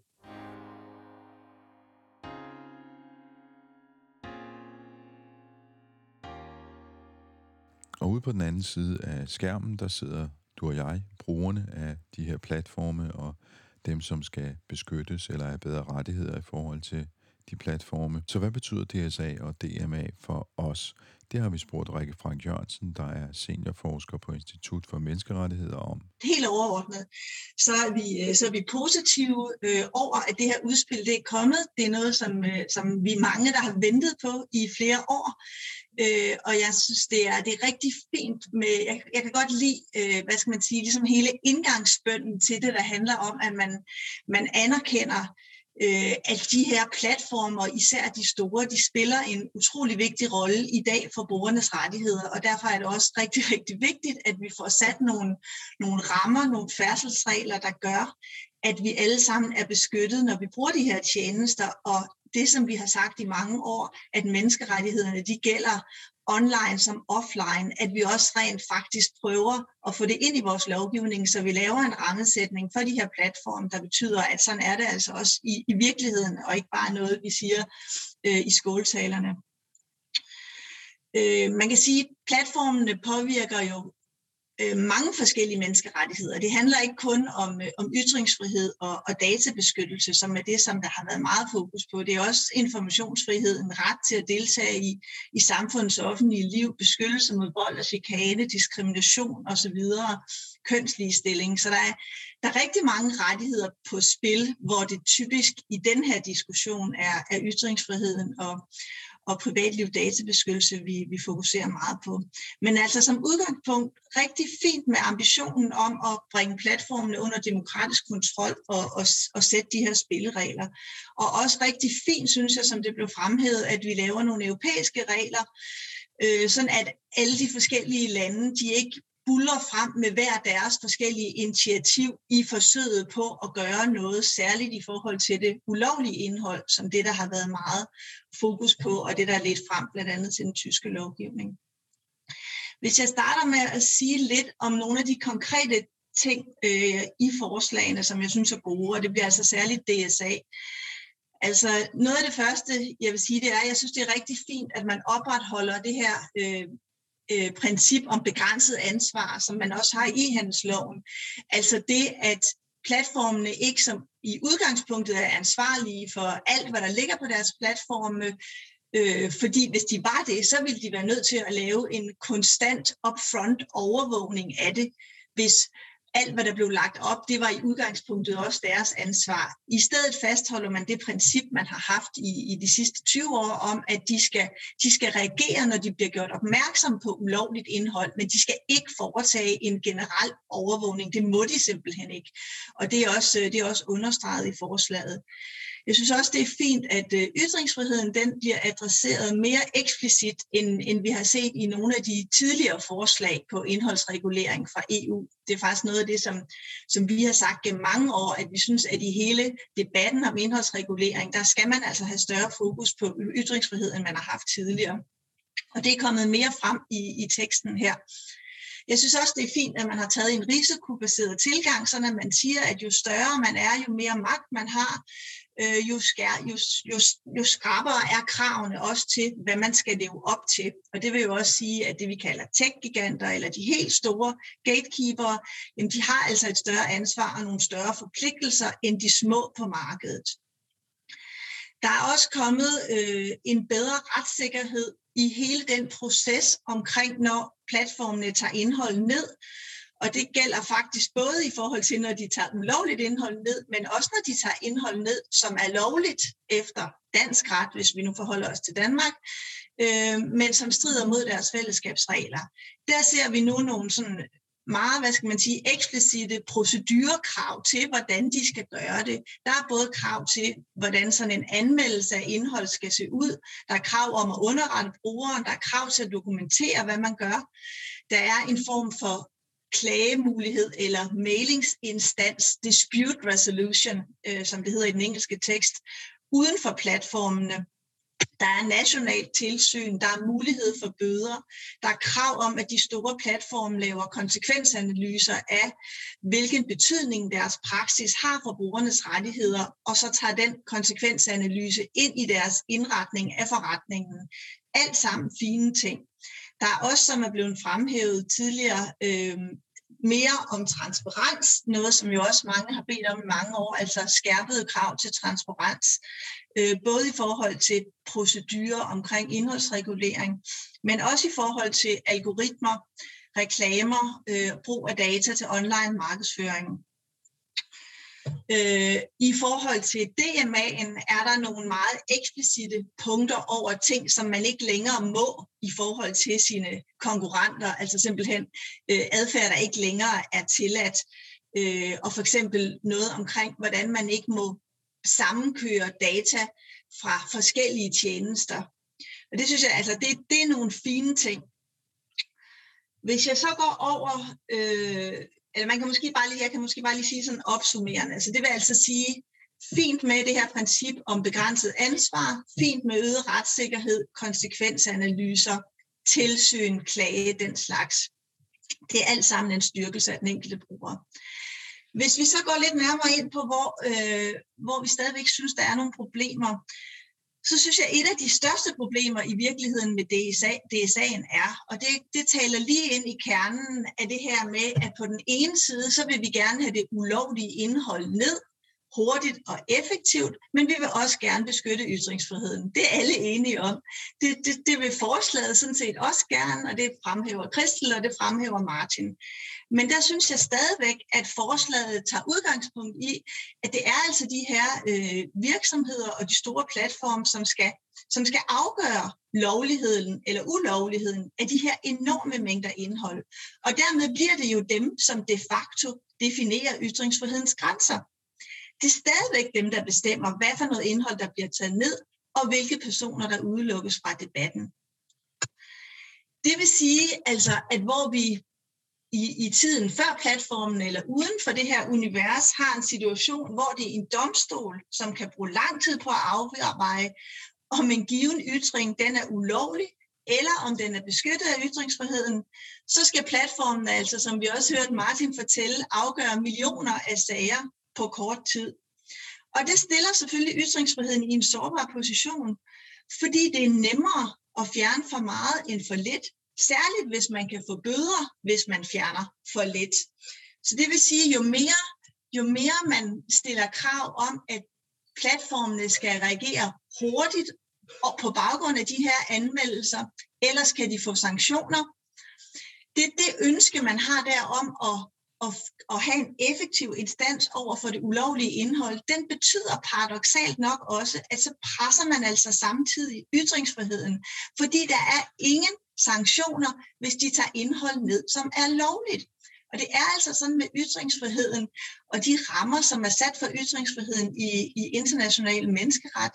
Og ude på den anden side af skærmen, der sidder du og jeg, brugerne af de her platforme, og dem, som skal beskyttes eller have bedre rettigheder i forhold til de platforme. Så hvad betyder DSA og DMA for os? Det har vi spurgt Rikke Frank Jørgensen, der er seniorforsker på Institut for Menneskerettigheder om. Helt overordnet, så er vi positive over, at det her udspil det er kommet. Det er noget, som vi er mange, der har ventet på i flere år. Og jeg synes, det er rigtig fint med, jeg kan godt lide, hvad skal man sige, ligesom hele indgangsbønnen til det, der handler om, at man anerkender, at de her platformer, især de store, de spiller en utrolig vigtig rolle i dag for borgernes rettigheder, og derfor er det også rigtig, rigtig vigtigt, at vi får sat nogle rammer, nogle færdselsregler, der gør, at vi alle sammen er beskyttet, når vi bruger de her tjenester, og det, som vi har sagt i mange år, at menneskerettighederne, de gælder online som offline, at vi også rent faktisk prøver at få det ind i vores lovgivning, så vi laver en rammesætning for de her platforme, der betyder, at sådan er det altså også i virkeligheden, og ikke bare noget, vi siger i skåltalerne. Man kan sige, at platformene påvirker jo mange forskellige menneskerettigheder. Det handler ikke kun om ytringsfrihed og databeskyttelse, som er det, som der har været meget fokus på. Det er også informationsfrihed, en ret til at deltage i samfundets offentlige liv, beskyttelse mod vold og chikane, diskrimination osv., kønsligestilling. Så der er rigtig mange rettigheder på spil, hvor det typisk i den her diskussion er ytringsfriheden og privatliv databeskyttelse, vi fokuserer meget på. Men altså som udgangspunkt rigtig fint med ambitionen om at bringe platformene under demokratisk kontrol og sætte de her spilleregler. Og også rigtig fint, synes jeg, som det blev fremhævet, at vi laver nogle europæiske regler, sådan at alle de forskellige lande, de ikke buller frem med hver deres forskellige initiativ i forsøget på at gøre noget særligt i forhold til det ulovlige indhold, som det, der har været meget fokus på, og det, der er ledt frem blandt andet til den tyske lovgivning. Hvis jeg starter med at sige lidt om nogle af de konkrete ting i forslagene, som jeg synes er gode, og det bliver altså særligt DSA. Altså noget af det første, jeg vil sige, det er, at jeg synes, det er rigtig fint, at man opretholder det her princip om begrænset ansvar, som man også har i e-handelsloven. Altså det, at platformene ikke som i udgangspunktet er ansvarlige for alt, hvad der ligger på deres platforme, fordi hvis de var det, så ville de være nødt til at lave en konstant upfront overvågning af det, hvis alt, hvad der blev lagt op, det var i udgangspunktet også deres ansvar. I stedet fastholder man det princip, man har haft i de sidste 20 år om, at de skal reagere, når de bliver gjort opmærksom på ulovligt indhold, men de skal ikke foretage en generel overvågning. Det må de simpelthen ikke. Og det er også understreget i forslaget. Jeg synes også, det er fint, at ytringsfriheden den bliver adresseret mere eksplicit, end vi har set i nogle af de tidligere forslag på indholdsregulering fra EU. Det er faktisk noget af det, som vi har sagt gennem mange år, at vi synes, at i hele debatten om indholdsregulering, der skal man altså have større fokus på ytringsfrihed, end man har haft tidligere. Og det er kommet mere frem i teksten her. Jeg synes også, det er fint, at man har taget en risikobaseret tilgang, sådan at man siger, at jo større man er, jo mere magt man har, jo skrappere er kravene også til, hvad man skal leve op til. Og det vil jo også sige, at det vi kalder tech-giganter, eller de helt store gatekeepere, jamen de har altså et større ansvar og nogle større forpligtelser end de små på markedet. Der er også kommet en bedre retssikkerhed i hele den proces omkring, når platformene tager indhold ned. Og det gælder faktisk både i forhold til, når de tager ulovligt indhold ned, men også når de tager indhold ned, som er lovligt efter dansk ret, hvis vi nu forholder os til Danmark, men som strider mod deres fællesskabsregler. Der ser vi nu nogle sådan meget, eksplicite procedurekrav til, hvordan de skal gøre det. Der er både krav til, hvordan sådan en anmeldelse af indhold skal se ud. Der er krav om at underrette brugeren. Der er krav til at dokumentere, hvad man gør. Der er en form for klagemulighed eller mailingsinstans, dispute resolution, som det hedder i den engelske tekst, uden for platformene. Der er nationalt tilsyn, der er mulighed for bøder, der er krav om, at de store platforme laver konsekvensanalyser af, hvilken betydning deres praksis har for brugernes rettigheder, og så tager den konsekvensanalyse ind i deres indretning af forretningen. Alt sammen fine ting. Der er også, som er blevet fremhævet tidligere, mere om transparens, noget som jo også mange har bedt om i mange år, altså skærpede krav til transparens, både i forhold til procedurer omkring indholdsregulering, men også i forhold til algoritmer, reklamer, brug af data til online markedsføring. I forhold til DMA'en er der nogle meget eksplicite punkter over ting, som man ikke længere må i forhold til sine konkurrenter, altså simpelthen adfærd, der ikke længere er tilladt, og for eksempel noget omkring, hvordan man ikke må sammenkøre data fra forskellige tjenester. Og det synes jeg, altså det er nogle fine ting. Hvis jeg så går over... eller jeg kan måske bare lige sige sådan opsummerende. Altså det vil altså sige, fint med det her princip om begrænset ansvar, fint med øget retssikkerhed, konsekvensanalyser, tilsyn, klage, den slags. Det er alt sammen en styrkelse af den enkelte bruger. Hvis vi så går lidt nærmere ind på, hvor vi stadigvæk synes, der er nogle problemer, så synes jeg, at et af de største problemer i virkeligheden med DSA'en er, og det taler lige ind i kernen af det her med, at på den ene side, så vil vi gerne have det ulovlige indhold ned, hurtigt og effektivt, men vi vil også gerne beskytte ytringsfriheden. Det er alle enige om. Det vil forslaget sådan set også gerne, og det fremhæver Christel, og det fremhæver Martin. Men der synes jeg stadigvæk, at forslaget tager udgangspunkt i, at det er altså de her virksomheder og de store platforme, som skal afgøre lovligheden eller ulovligheden af de her enorme mængder indhold. Og dermed bliver det jo dem, som de facto definerer ytringsfrihedens grænser. Det er stadigvæk dem, der bestemmer, hvad for noget indhold, der bliver taget ned, og hvilke personer, der udelukkes fra debatten. Det vil sige, altså, at hvor vi i tiden før platformen eller uden for det her univers har en situation, hvor det er en domstol, som kan bruge lang tid på at afveje, om en given ytring den er ulovlig, eller om den er beskyttet af ytringsfriheden, så skal platformen altså, som vi også hørte Martin fortælle, afgøre millioner af sager på kort tid. Og det stiller selvfølgelig ytringsfriheden i en sårbar position, fordi det er nemmere at fjerne for meget end for lidt, særligt hvis man kan få bøder, hvis man fjerner for lidt. Så det vil sige, jo mere man stiller krav om, at platformene skal reagere hurtigt og på baggrund af de her anmeldelser, ellers kan de få sanktioner. Det ønske, man har derom at have en effektiv instans over for det ulovlige indhold, den betyder paradoksalt nok også, at så presser man altså samtidig ytringsfriheden, fordi der er ingen sanktioner, hvis de tager indhold ned, som er lovligt. Og det er altså sådan med ytringsfriheden og de rammer, som er sat for ytringsfriheden i international menneskeret.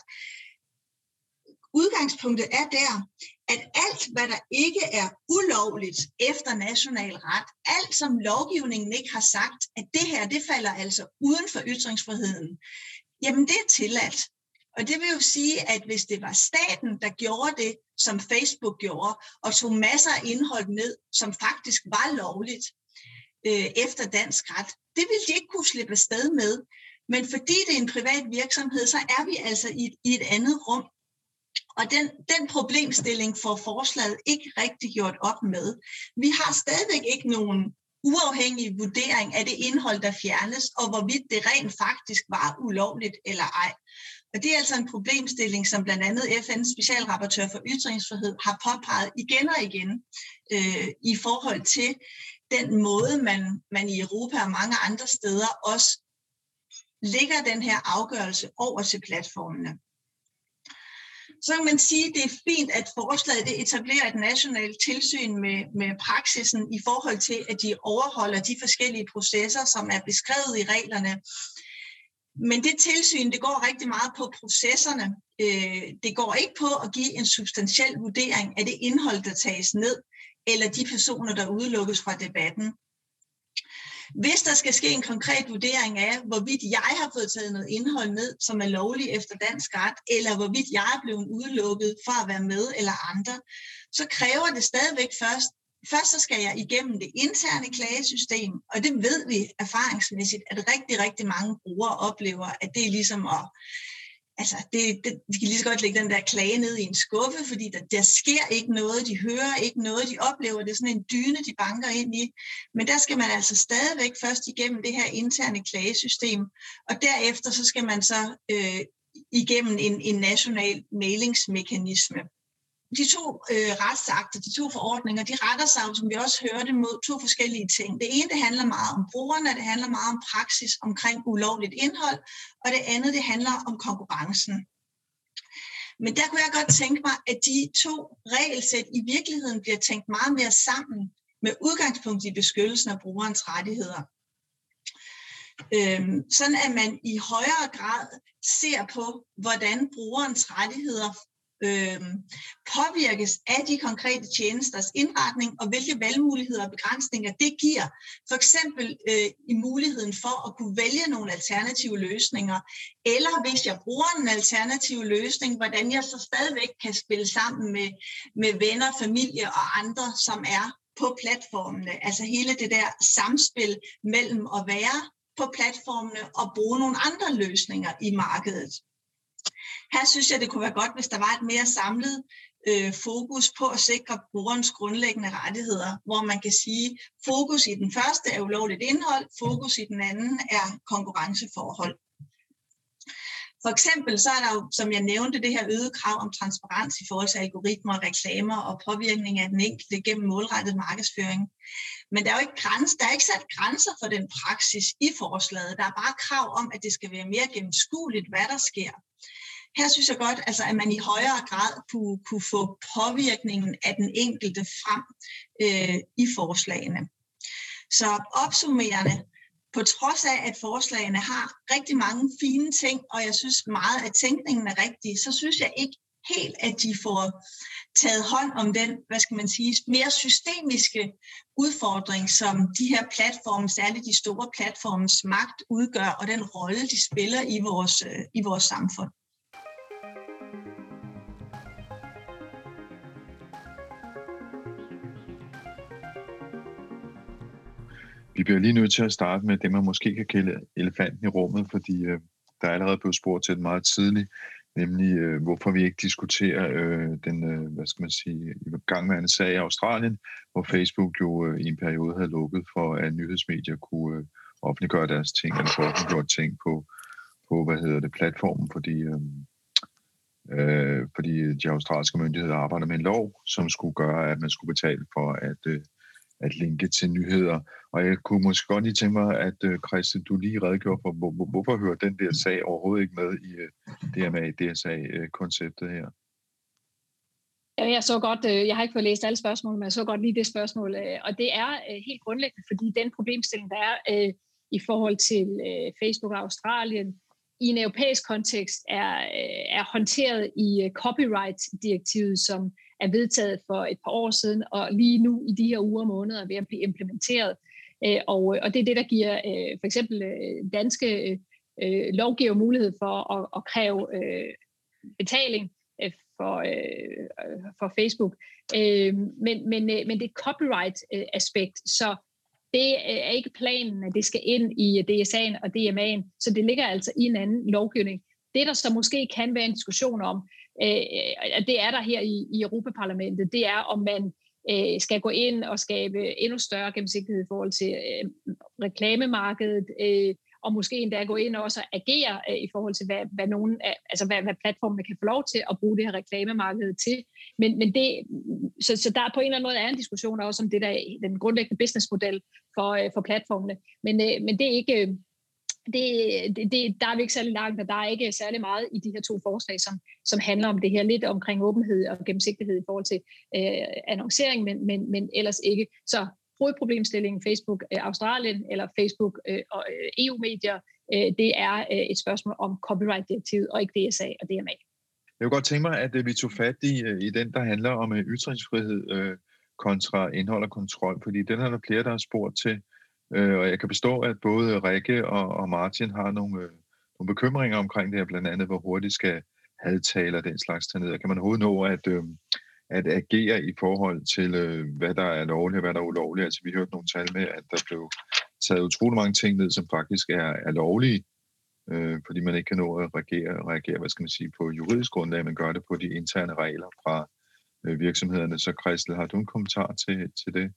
Udgangspunktet er der, at alt, hvad der ikke er ulovligt efter national ret, alt som lovgivningen ikke har sagt, at det her, det falder altså uden for ytringsfriheden, jamen det er tilladt. Og det vil jo sige, at hvis det var staten, der gjorde det, som Facebook gjorde, og tog masser af indhold ned, som faktisk var lovligt efter dansk ret, det ville de ikke kunne slippe afsted med. Men fordi det er en privat virksomhed, så er vi altså i et andet rum. Og den problemstilling får forslaget ikke rigtig gjort op med. Vi har stadigvæk ikke nogen uafhængig vurdering af det indhold, der fjernes, og hvorvidt det rent faktisk var ulovligt eller ej. Og det er altså en problemstilling, som blandt andet FN's specialrapportør for ytringsfrihed har påpeget igen og igen i forhold til den måde, man i Europa og mange andre steder også lægger den her afgørelse over til platformene. Så kan man sige, at det er fint, at forslaget det etablerer et nationalt tilsyn med praksisen i forhold til, at de overholder de forskellige processer, som er beskrevet i reglerne. Men det tilsyn, det går rigtig meget på processerne. Det går ikke på at give en substantiel vurdering af det indhold, der tages ned, eller de personer, der udelukkes fra debatten. Hvis der skal ske en konkret vurdering af, hvorvidt jeg har fået taget noget indhold ned, som er lovligt efter dansk ret, eller hvorvidt jeg er blevet udelukket fra at være med eller andre, så kræver det stadigvæk Først så skal jeg igennem det interne klagesystem, og det ved vi erfaringsmæssigt, at rigtig, rigtig mange brugere oplever, at det er ligesom at... Altså, de kan lige så godt lægge den der klage ned i en skuffe, fordi der sker ikke noget, de hører ikke noget, de oplever, det er sådan en dyne, de banker ind i. Men der skal man altså stadigvæk først igennem det her interne klagesystem, og derefter så skal man så igennem en national mailingsmekanisme. De to retsakter, de to forordninger, de retter sig, som vi også hørte, mod to forskellige ting. Det ene, det handler meget om brugerne, det handler meget om praksis omkring ulovligt indhold, og det andet, det handler om konkurrencen. Men der kunne jeg godt tænke mig, at de to regelsæt i virkeligheden bliver tænkt meget mere sammen med udgangspunkt i beskyttelsen af brugerens rettigheder. Sådan at man i højere grad ser på, hvordan brugerens rettigheder påvirkes af de konkrete tjenesters indretning og hvilke valgmuligheder og begrænsninger det giver. For eksempel i muligheden for at kunne vælge nogle alternative løsninger, eller hvis jeg bruger en alternativ løsning, hvordan jeg så stadigvæk kan spille sammen med venner, familie og andre, som er på platformene. Altså hele det der samspil mellem at være på platformene og bruge nogle andre løsninger i markedet. Her synes jeg, det kunne være godt, hvis der var et mere samlet fokus på at sikre brugerens grundlæggende rettigheder, hvor man kan sige, fokus i den første er ulovligt indhold, fokus i den anden er konkurrenceforhold. For eksempel så er der jo, som jeg nævnte, det her øgede krav om transparens i forhold til algoritmer, reklamer og påvirkning af den enkelte gennem målrettet markedsføring. Men der er jo ikke sat grænser for den praksis i forslaget. Der er bare krav om, at det skal være mere gennemskueligt, hvad der sker. Her synes jeg godt, altså, at man i højere grad kunne få påvirkningen af den enkelte frem i forslagene. Så opsummerende, på trods af, at forslagene har rigtig mange fine ting, og jeg synes meget, at tænkningen er rigtig, så synes jeg ikke helt, at de får taget hånd om den, hvad skal man sige, mere systemiske udfordring, som de her platforme, særligt de store platformes magt udgør, og den rolle, de spiller i vores samfund. Vi bliver lige nødt til at starte med det, man måske kan kalde elefanten i rummet, fordi der er allerede blevet spurgt til det meget tidligt, nemlig hvorfor vi ikke diskuterer den, hvad skal man sige, igangværende sag i Australien, hvor Facebook jo i en periode havde lukket for, at nyhedsmedier kunne offentliggøre deres ting, eller få offentliggjort ting på platformen, fordi de australske myndigheder arbejder med en lov, som skulle gøre, at man skulle betale for at linke til nyheder. Og jeg kunne måske godt lige tænke mig, at Christi, du lige redegjorde for, hvorfor hører den der sag overhovedet ikke med i DMA-DSA-konceptet her? Jeg så godt, jeg har ikke fået læst alle spørgsmål, men jeg så godt lige det spørgsmål. Og det er helt grundlæggende, fordi den problemstilling, der er i forhold til Facebook og Australien, i en europæisk kontekst er håndteret i copyright-direktivet, som er vedtaget for et par år siden, og lige nu i de her uger og måneder er ved at blive implementeret. Og det er det, der giver for eksempel danske lovgiver mulighed for at kræve betaling for Facebook. Men det er copyright-aspekt, så det er ikke planen, at det skal ind i DSA'en og DMA'en, så det ligger altså i en anden lovgivning. Det, der så måske kan være en diskussion om, det er der her i Europaparlamentet, det er, om man skal gå ind og skabe endnu større gennemsigtighed i forhold til reklamemarkedet, og måske endda gå ind og også agere i forhold til, hvad platformene kan få lov til at bruge det her reklamemarked til. Men det, så der på en eller anden måde er en diskussion også om det der, den grundlæggende businessmodel for platformene. Men det er ikke... der er vi ikke særlig langt, og der er ikke særlig meget i de her 2 forslag, som handler om det her, lidt omkring åbenhed og gennemsigtighed i forhold til annoncering, men ellers ikke. Så hovedproblemstillingen Facebook Australien eller Facebook og EU-medier, det er et spørgsmål om copyright-direktivet og ikke DSA og DMA. Jeg kunne godt tænke mig, at vi tog fat i den, der handler om ytringsfrihed kontra indhold og kontrol, fordi den er der flere, der har spurgt til. Og jeg kan forstå, at både Rikke og Martin har nogle bekymringer omkring det her, blandt andet, hvor hurtigt skal hadtale og den slags tage ned. Kan man overhovedet nå at agere i forhold til, hvad der er lovligt og hvad der er ulovligt? Altså, vi hørte nogle tal med, at der blev taget utrolig mange ting ned, som faktisk er lovlige, fordi man ikke kan nå at reagere, hvad skal man sige, på juridisk grundlag, man gør det på de interne regler fra virksomhederne. Så Christel, har du en kommentar til det?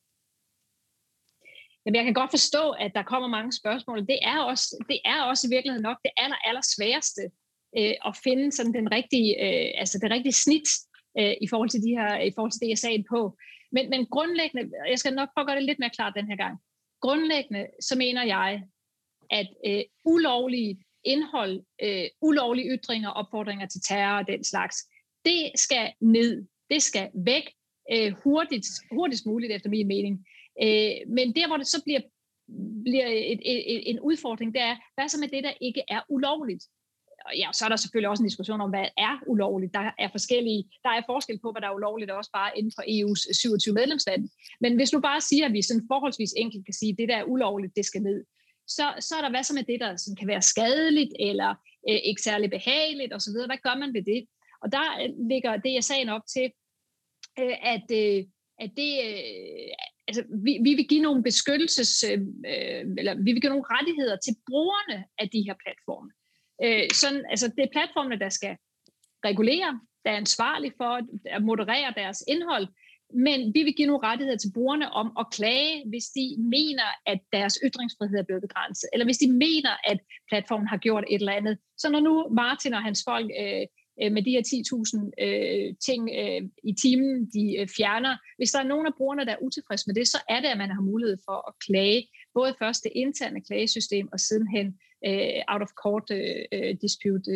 Jamen, jeg kan godt forstå, at der kommer mange spørgsmål. Det er også i virkeligheden nok det allersværeste at finde sådan det rigtige snit i forhold til det, jeg sagde på. Men grundlæggende, jeg skal nok prøve at gøre det lidt mere klart den her gang. Grundlæggende, så mener jeg, at ulovlige indhold, ulovlige ytringer, opfordringer til terror og den slags, det skal ned. Det skal væk hurtigst muligt, efter min mening. Men der, hvor det så bliver en udfordring, det er, hvad så med det, der ikke er ulovligt? Ja, så er der selvfølgelig også en diskussion om, hvad er ulovligt. Der er forskel på, hvad der er ulovligt, også bare inden for EU's 27 medlemslande. Men hvis nu bare siger, at vi sådan forholdsvis enkelt kan sige, at det, der er ulovligt, det skal ned, så er der hvad så med det, der sådan kan være skadeligt, eller ikke særlig behageligt, osv. Hvad gør man ved det? Og der ligger det, jeg sagen op til, at det... Altså, vi vil give nogle eller vi vil give nogle rettigheder til brugerne af de her platforme. Det er platformene, der skal regulere, der er ansvarlige for at moderere deres indhold, men vi vil give nogle rettigheder til brugerne om at klage, hvis de mener, at deres ytringsfrihed er blevet begrænset, eller hvis de mener, at platformen har gjort et eller andet. Så når nu Martin og hans folk med de her 10.000 ting i timen, de fjerner. Hvis der er nogen af brugerne, der er utilfredse med det, så er det, at man har mulighed for at klage. Både først det interne klagesystem, og sidenhen out-of-court dispute,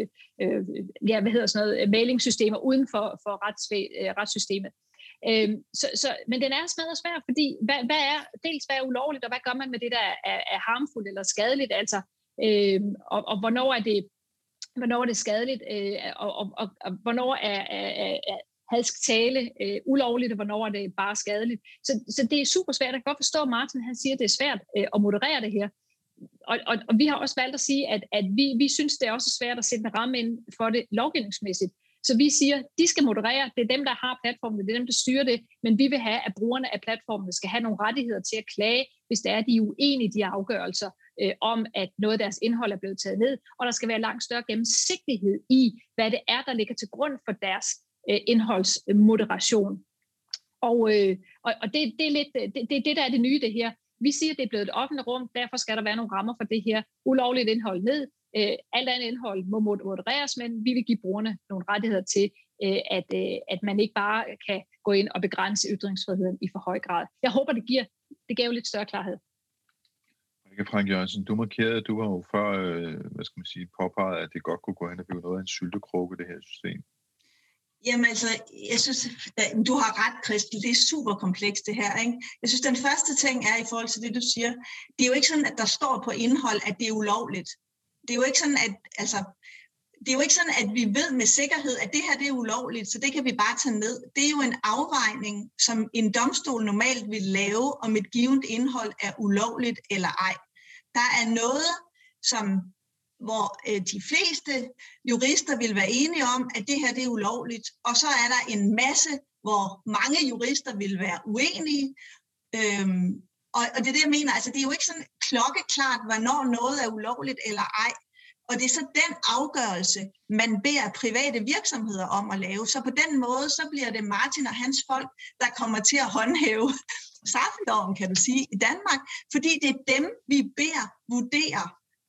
mailingssystemer uden for retssystemet. Men den er svær, fordi hvad er ulovligt, og hvad gør man med det, der er harmfuldt eller skadeligt? Altså, og hvornår er det skadeligt, og hvornår er hadsk tale ulovligt, og hvornår er det bare skadeligt. Så det er super svært. Jeg kan godt forstå, at Martin han siger, at det er svært at moderere det her. Og vi har også valgt at sige, at vi synes, det er også svært at sætte en ramme ind for det lovgivningsmæssigt. Så vi siger, at de skal moderere. Det er dem, der har platformen, det er dem, der styrer det. Men vi vil have, at brugerne af platformen skal have nogle rettigheder til at klage, hvis der er de er uenige i de afgørelser om, at noget af deres indhold er blevet taget ned. Og der skal være langt større gennemsigtighed i, hvad det er, der ligger til grund for deres indholdsmoderation. Og det er lidt det, der er det nye, det her. Vi siger, at det er blevet et offentligt rum, derfor skal der være nogle rammer for det her ulovligt indhold ned. Alt andet indhold må modereres, men vi vil give brugerne nogle rettigheder til, at man ikke bare kan gå ind og begrænse ytringsfriheden i for høj grad. Jeg håber, det gav lidt større klarhed. Frank Jørgensen, du markerede, at du var jo før, påpeget, at det godt kunne gå hen og blive noget af en syltekrukke, det her system. Jamen altså, jeg synes, du har ret, Christel, det er super komplekst det her, ikke? Jeg synes, den første ting er i forhold til det, du siger, det er jo ikke sådan, at der står på indhold, at det er ulovligt. Det er jo ikke sådan, at vi ved med sikkerhed, at det her det er ulovligt, så det kan vi bare tage ned. Det er jo en afvejning, som en domstol normalt vil lave, om et givet indhold er ulovligt eller ej. Der er noget, hvor de fleste jurister vil være enige om, at det her det er ulovligt, og så er der en masse, hvor mange jurister vil være uenige. Og det er det, jeg mener. Altså, det er jo ikke sådan klokkeklart, hvornår noget er ulovligt eller ej. Og det er så den afgørelse, man beder private virksomheder om at lave. Så på den måde, så bliver det Martin og hans folk, der kommer til at håndhæve straffeloven, kan du sige, i Danmark. Fordi det er dem, vi beder vurdere,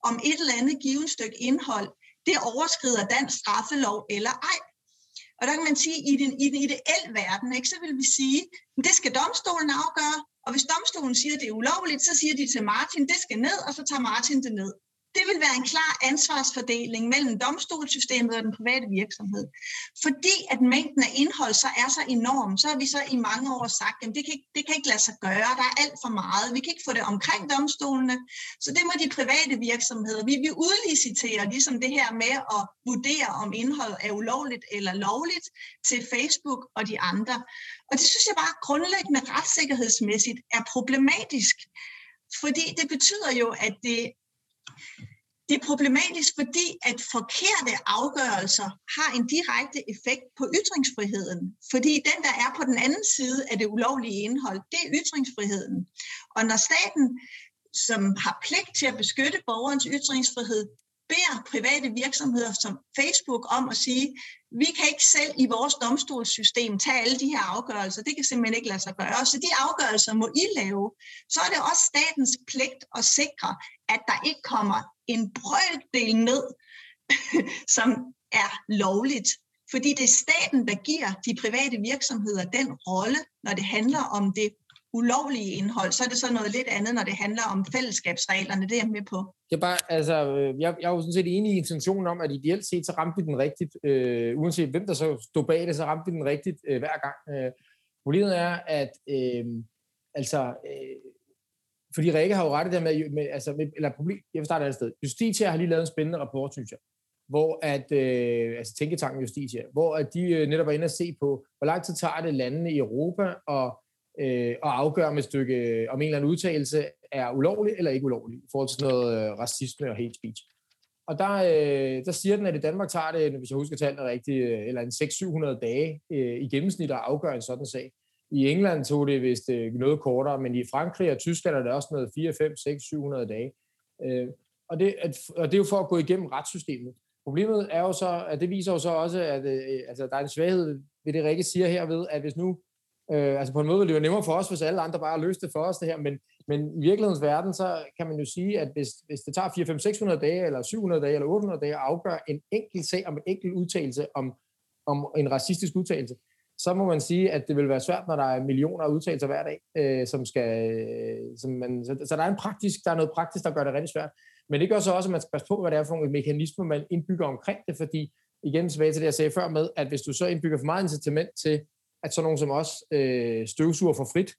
om et eller andet givet stykke indhold, det overskrider dansk straffelov eller ej. Og der kan man sige, at i den ideelle verden, ikke, så vil vi sige, at det skal domstolen afgøre, og hvis domstolen siger, at det er ulovligt, så siger de til Martin, det skal ned, og så tager Martin det ned. Det vil være en klar ansvarsfordeling mellem domstolssystemet og den private virksomhed. Fordi at mængden af indhold så er så enorm, så har vi så i mange år sagt, at det kan ikke lade sig gøre, der er alt for meget, vi kan ikke få det omkring domstolene, så det må de private virksomheder. Vi udlicitere ligesom det her med at vurdere, om indhold er ulovligt eller lovligt til Facebook og de andre. Og det synes jeg bare grundlæggende retssikkerhedsmæssigt er problematisk, fordi det betyder jo, at det er problematisk, fordi at forkerte afgørelser har en direkte effekt på ytringsfriheden. Fordi den, der er på den anden side af det ulovlige indhold, det er ytringsfriheden. Og når staten, som har pligt til at beskytte borgerens ytringsfrihed, beder private virksomheder som Facebook om at sige, vi kan ikke selv i vores domstolssystem tage alle de her afgørelser. Det kan simpelthen ikke lade sig gøre. Så de afgørelser må I lave. Så er det også statens pligt at sikre, at der ikke kommer en brøkdel ned, som er lovligt. Fordi det er staten, der giver de private virksomheder den rolle, når det handler om det ulovlige indhold, så er det så noget lidt andet, når det handler om fællesskabsreglerne, det er jeg med på. Jeg er jo sådan set enig i intentionen om, at ideelt set, så ramte vi den rigtigt, uanset hvem der så stod bag det, så ramte vi den rigtigt hver gang. Problemet er, at fordi Rikke har jo rettet der med jeg vil starte et andet sted. Justitia har lige lavet en spændende rapport, synes jeg, hvor at, tænketanken Justitia, hvor at de netop er inde at se på, hvor lang tid tager det landene i Europa og afgøre om om en eller anden udtalelse er ulovlig eller ikke ulovlig i forhold til sådan noget racisme og hate speech. Og der siger den, at i Danmark tager det, hvis jeg husker tallene rigtigt, eller en 600-700 dage i gennemsnit at afgøre en sådan sag. I England tog det vist noget kortere, men i Frankrig og Tyskland er det også noget 4, 5, 6, 700 dage. Og det er jo for at gå igennem retssystemet. Problemet er jo så, at det viser jo så også, at der er en svaghed ved det, Rikke siger her ved, at hvis nu på en måde vil det jo nemmere for os, hvis alle andre bare har løst det for os det her, men i virkelighedens verden, så kan man jo sige, at hvis det tager 4, 5, 600 dage, eller 700 dage, eller 800 dage at afgøre en enkelt sag om en enkelt udtalelse, om en racistisk udtalelse, så må man sige, at det vil være svært, når der er millioner af udtalelser hver dag, så der er noget praktisk, der gør det rigtig svært. Men det gør så også, at man skal passe på, hvad det er for nogle mekanismer, man indbygger omkring det, fordi igen tilbage til det, jeg sagde før med, at hvis du så indbygger for meget incitament til, at sådan nogen som os støvsuger for frit,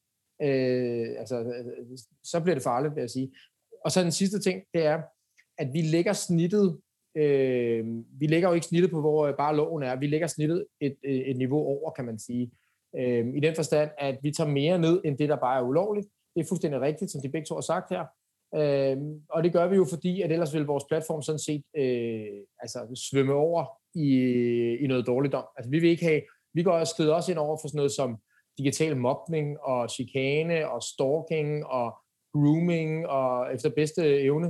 så bliver det farligt, vil jeg sige. Og så den sidste ting, det er, at vi lægger snittet, vi lægger jo ikke snittet på, hvor bare loven er, vi lægger snittet et niveau over, kan man sige. I den forstand, at vi tager mere ned, end det, der bare er ulovligt. Det er fuldstændig rigtigt, som de begge to har sagt her. Og det gør vi jo, fordi at ellers vil vores platform sådan set svømme over i noget dårligdom. Altså vi vil ikke have. Vi går skrider også ind over for sådan noget som digital mobning og chikane og stalking og grooming og efter bedste evne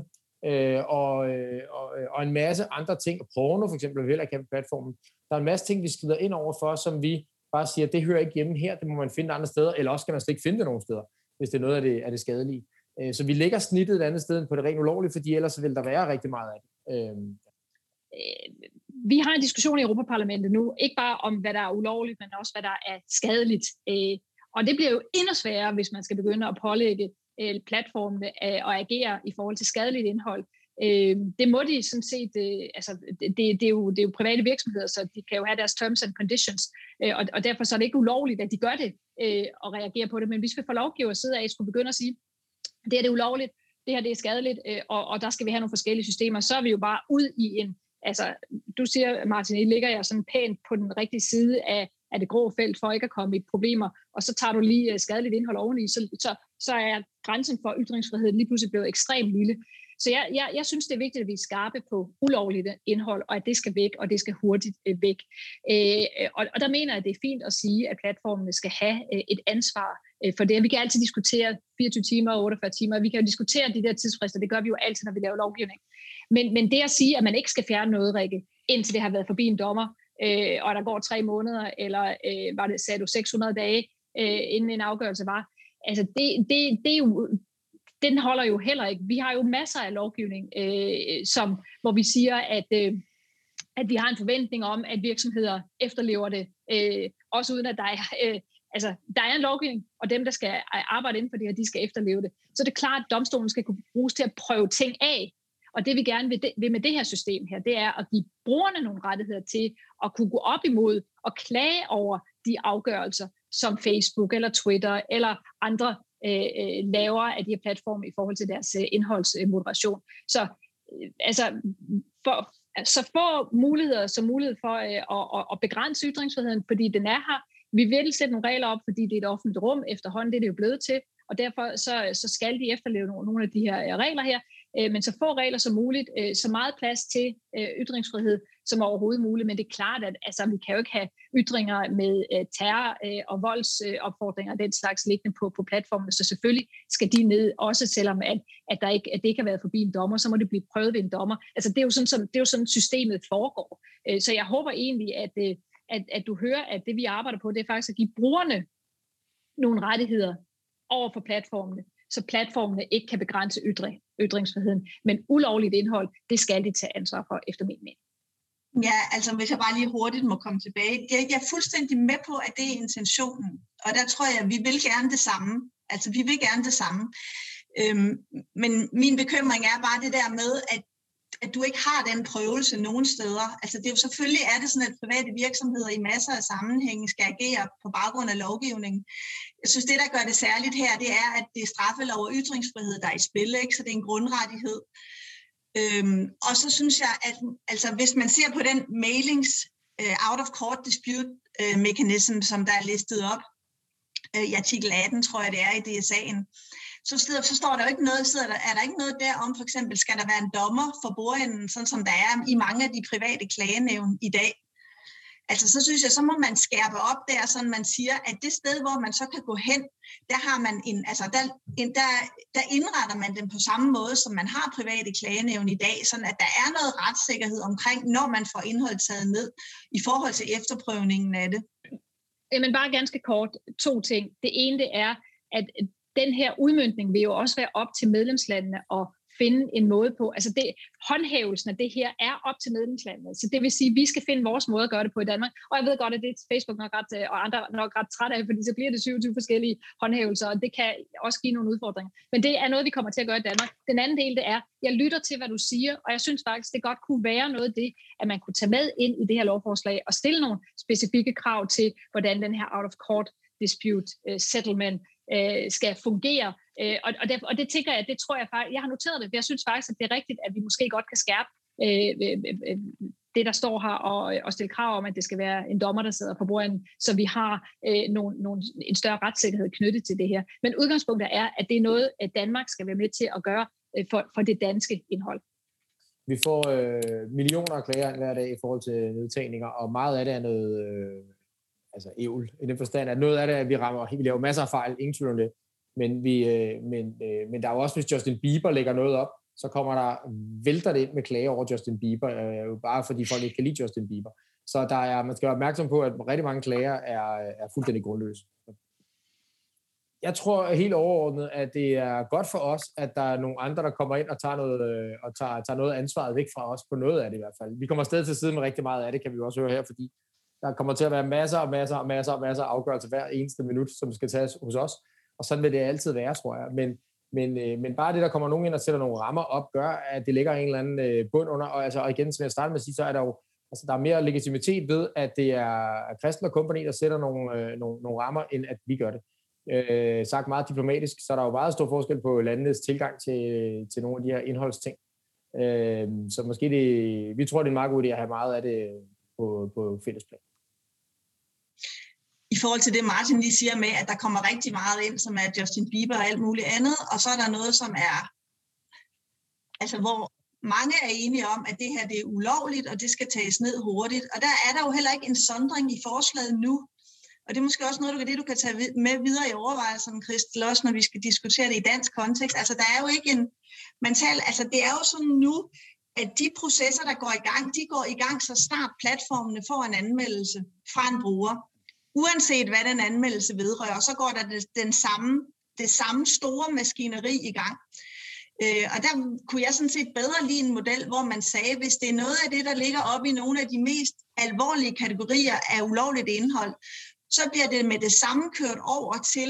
og en masse andre ting. Porno for eksempel, heller ikke på platformen. Der er en masse ting, vi skrider ind over for, som vi bare siger, det hører ikke hjemme her, det må man finde andre steder, eller også kan man slet ikke finde det nogen steder, hvis det er noget af det skadelige. Så vi lægger snittet et andet sted end på det rent ulovlige, fordi ellers vil der være rigtig meget af det. Vi har en diskussion i Europaparlamentet nu, ikke bare om, hvad der er ulovligt, men også, hvad der er skadeligt. Og det bliver jo endnu sværere, hvis man skal begynde at pålægge platformene at agere i forhold til skadeligt indhold. Det må de sådan set, det er jo private virksomheder, så de kan jo have deres terms and conditions, og derfor så er det ikke ulovligt, at de gør det og reagerer på det. Men hvis vi får lovgiver sidder af, skulle begynde at sige, det her det er ulovligt, det her det er skadeligt, og der skal vi have nogle forskellige systemer, så er vi jo bare ud i en. Altså, du siger, Martin, I ligger jeg sådan pænt på den rigtige side af det grå felt for ikke at komme i problemer, og så tager du lige skadeligt indhold oveni, så er grænsen for ytringsfrihed lige pludselig blevet ekstremt lille. Så jeg synes, det er vigtigt, at vi er skarpe på ulovligt indhold, og at det skal væk, og det skal hurtigt væk. Og der mener jeg, at det er fint at sige, at platformene skal have et ansvar for det. Vi kan altid diskutere 24 timer og 48 timer. Vi kan jo diskutere de der tidsfrister. Det gør vi jo altid, når vi laver lovgivning. Men det at sige, at man ikke skal fjerne noget, Rikke, indtil det har været forbi en dommer, og der går 3 måneder, eller sagde du 600 dage, inden en afgørelse var, altså det den holder jo heller ikke. Vi har jo masser af lovgivning, hvor vi siger, at vi har en forventning om, at virksomheder efterlever det, også uden at der er... der er en lovgivning, og dem, der skal arbejde inden for det her, de skal efterleve det. Så det er klart, at domstolen skal kunne bruges til at prøve ting af. Og det vi gerne vil med det her system her, det er at give brugerne nogle rettigheder til at kunne gå op imod og klage over de afgørelser, som Facebook eller Twitter eller andre laver af de her platforme i forhold til deres indholdsmoderation. Så så få muligheder som mulighed for at begrænse ytringsfriheden, fordi den er her. Vi vil sætte nogle regler op, fordi det er et offentligt rum efterhånden, det er det jo blevet til, og derfor så skal de efterleve nogle af de her regler her, men så få regler som muligt, så meget plads til ytringsfrihed som overhovedet muligt, men det er klart, at vi kan jo ikke have ytringer med terror og voldsopfordringer og den slags liggende på platformen, så selvfølgelig skal de ned, også selvom at det ikke har været forbi en dommer, så må det blive prøvet ved en dommer. Det er jo sådan systemet foregår. Så jeg håber egentlig, at du hører, at det vi arbejder på, det er faktisk at give brugerne nogle rettigheder over for platformene, så platformene ikke kan begrænse ytringsfriheden. Men ulovligt indhold, det skal de tage ansvar for, efter min mening. Ja, hvis jeg bare lige hurtigt må komme tilbage. Jeg er fuldstændig med på, at det er intentionen. Og der tror jeg, at vi vil gerne det samme. Vi vil gerne det samme. Men min bekymring er bare det der med, at du ikke har den prøvelse nogen steder. Det er jo selvfølgelig er det sådan, at private virksomheder i masser af sammenhænge skal agere på baggrund af lovgivningen. Jeg synes, det, der gør det særligt her, det er, at det er straffelov og ytringsfrihed, der er i spil, ikke? Så det er en grundrettighed. Og så synes jeg, at hvis man ser på den mailings out of court dispute mechanism, som der er listet op i artikel 18, tror jeg det er i DSA'en, så står der jo ikke noget, er der ikke noget der om, for eksempel, skal der være en dommer for bordenden, sådan som der er i mange af de private klagenævn i dag. Så synes jeg, så må man skærpe op der, sådan man siger, at det sted, hvor man så kan gå hen, der har man der indretter man den på samme måde, som man har private klagenævn i dag, sådan at der er noget retssikkerhed omkring, når man får indhold taget ned i forhold til efterprøvningen af det. Jamen bare ganske kort, 2 ting. Det ene det er, at den her udmøntning vil jo også være op til medlemslandene at finde en måde på. Håndhævelsen af det her er op til medlemslandene. Så det vil sige, at vi skal finde vores måde at gøre det på i Danmark. Og jeg ved godt, at det er Facebook og andre nok ret træt af, fordi så bliver det 27 forskellige håndhævelser, og det kan også give nogle udfordringer. Men det er noget, vi kommer til at gøre i Danmark. Den anden del, det er, jeg lytter til, hvad du siger, og jeg synes faktisk, det godt kunne være noget af det, at man kunne tage med ind i det her lovforslag og stille nogle specifikke krav til, hvordan den her out-of-court dispute settlement skal fungere. Og det tænker jeg, det tror jeg faktisk, jeg har noteret det, for jeg synes faktisk, at det er rigtigt, at vi måske godt kan skærpe det, der står her, og stille krav om, at det skal være en dommer, der sidder på bordet, så vi har en større retssikkerhed knyttet til det her. Men udgangspunktet er, at det er noget, at Danmark skal være med til at gøre for det danske indhold. Vi får millioner af klager hver dag i forhold til nedtagninger, og meget af det er noget ævl, i den forstand, at noget af det, at vi laver masser af fejl, ingen tvivl om det, men der er jo også, hvis Justin Bieber lægger noget op, så vælter det ind med klager over Justin Bieber, bare fordi folk ikke kan lide Justin Bieber. Så man skal være opmærksom på, at rigtig mange klager er fuldstændig grundløse. Jeg tror helt overordnet, at det er godt for os, at der er nogle andre, der kommer ind og tager noget af ansvaret væk fra os, på noget af det i hvert fald. Vi kommer stadig til side med rigtig meget af det, kan vi også høre her, fordi der kommer til at være masser af afgørelser hver eneste minut, som skal tages hos os, og sådan vil det altid være, tror jeg. Men bare det, der kommer nogen ind og sætter nogle rammer op, gør, at det ligger en eller anden bund under, og igen, som jeg startede med at sige, så er der jo der er mere legitimitet ved, at det er Christel og Company, der sætter nogle rammer, end at vi gør det. Sagt meget diplomatisk, så er der jo meget stor forskel på landenes tilgang til nogle af de her indholdsting. Så måske vi tror, det er en meget god idé at have meget af det på fællesplan. I forhold til det, Martin lige siger med, at der kommer rigtig meget ind, som er Justin Bieber og alt muligt andet, og så er der noget, som er, hvor mange er enige om, at det her det er ulovligt, og det skal tages ned hurtigt. Og der er der jo heller ikke en sondring i forslaget nu. Og det er måske også noget, du kan tage med videre i overvejelserne, Christel, også når vi skal diskutere det i dansk kontekst. Der er jo ikke det er jo sådan nu, at de processer, der går i gang, så snart platformene får en anmeldelse fra en bruger. Uanset hvad den anmeldelse vedrører, så går der den samme det samme store maskineri i gang. Og der kunne jeg sådan set bedre lide en model, hvor man sagde, hvis det er noget af det, der ligger oppe i nogle af de mest alvorlige kategorier af ulovligt indhold, så bliver det med det samme kørt over til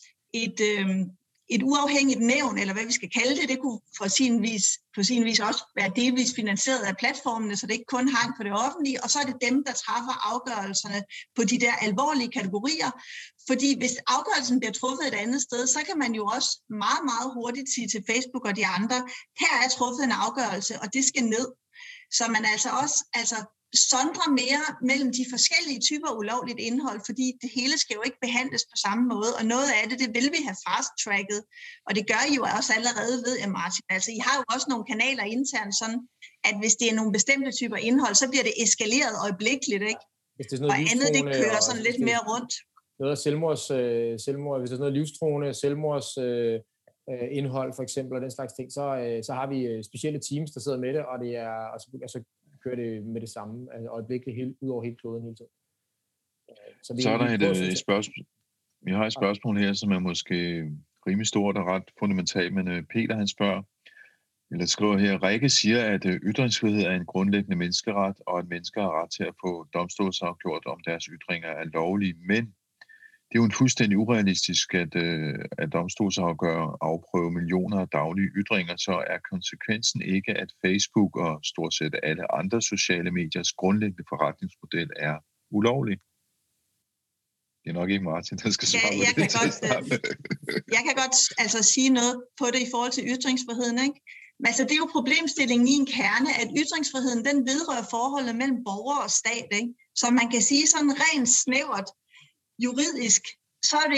et uafhængigt nævn, eller hvad vi skal kalde det. Det kunne på sin vis også være delvis finansieret af platformene, så det ikke kun hang for det offentlige, og så er det dem, der træffer afgørelserne på de der alvorlige kategorier. Fordi hvis afgørelsen bliver truffet et andet sted, så kan man jo også meget, meget hurtigt sige til Facebook og de andre, her er truffet en afgørelse, og det skal ned. Så man altså sondre mere mellem de forskellige typer ulovligt indhold, fordi det hele skal jo ikke behandles på samme måde, og noget af det vil vi have fast-tracket, og det gør I jo også allerede, ved jeg, Martin. Altså, I har jo også nogle kanaler internt, sådan at hvis det er nogle bestemte typer indhold, så bliver det eskaleret øjeblikkeligt, ikke? Hvis det er sådan noget og andet, det kører sådan lidt mere rundt. Noget af selvmord, hvis det er sådan noget livstruende, indhold for eksempel, og den slags ting, så har vi specielle teams, der sidder med det, og så kører det med det samme, altså øjeblikkeligt ud over hele kloden hele tiden. Så er der et spørgsmål. Vi har et spørgsmål her, som er måske rimelig stort og ret fundamentalt, men Peter han spørger, eller skriver her, Rikke siger, at ytringsfrihed er en grundlæggende menneskeret, og at mennesker har ret til at få domstolsafgjort, om deres ytringer er lovlige, men det er jo en fuldstændig urealistisk, at domstolsafprøve millioner af daglige ytringer, så er konsekvensen ikke, at Facebook og stort set alle andre sociale mediers grundlæggende forretningsmodel er ulovlig. Det er nok ikke Martin, der skal svare på det. Jeg kan godt altså sige noget på det i forhold til ytringsfriheden, ikke? Men altså, det er jo problemstillingen i en kerne, at ytringsfriheden, den vedrører forholdet mellem borger og stat, ikke? Så man kan sige sådan rent snævert, juridisk, så er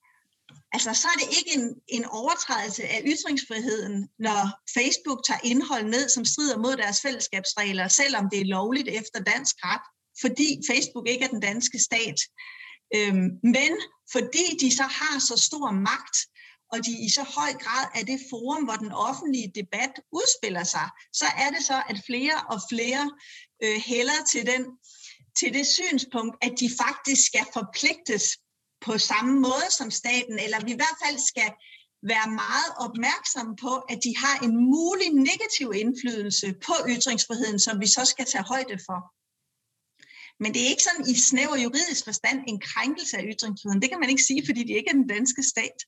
det ikke en overtrædelse af ytringsfriheden, når Facebook tager indhold ned, som strider mod deres fællesskabsregler, selvom det er lovligt efter dansk ret, fordi Facebook ikke er den danske stat. Men fordi de så har så stor magt, og de i så høj grad er det forum, hvor den offentlige debat udspiller sig, så er det så, at flere og flere hælder til det synspunkt, at de faktisk skal forpligtes på samme måde som staten, eller vi i hvert fald skal være meget opmærksomme på, at de har en mulig negativ indflydelse på ytringsfriheden, som vi så skal tage højde for. Men det er ikke sådan i snæver juridisk forstand en krænkelse af ytringsfriheden. Det kan man ikke sige, fordi de ikke er den danske stat.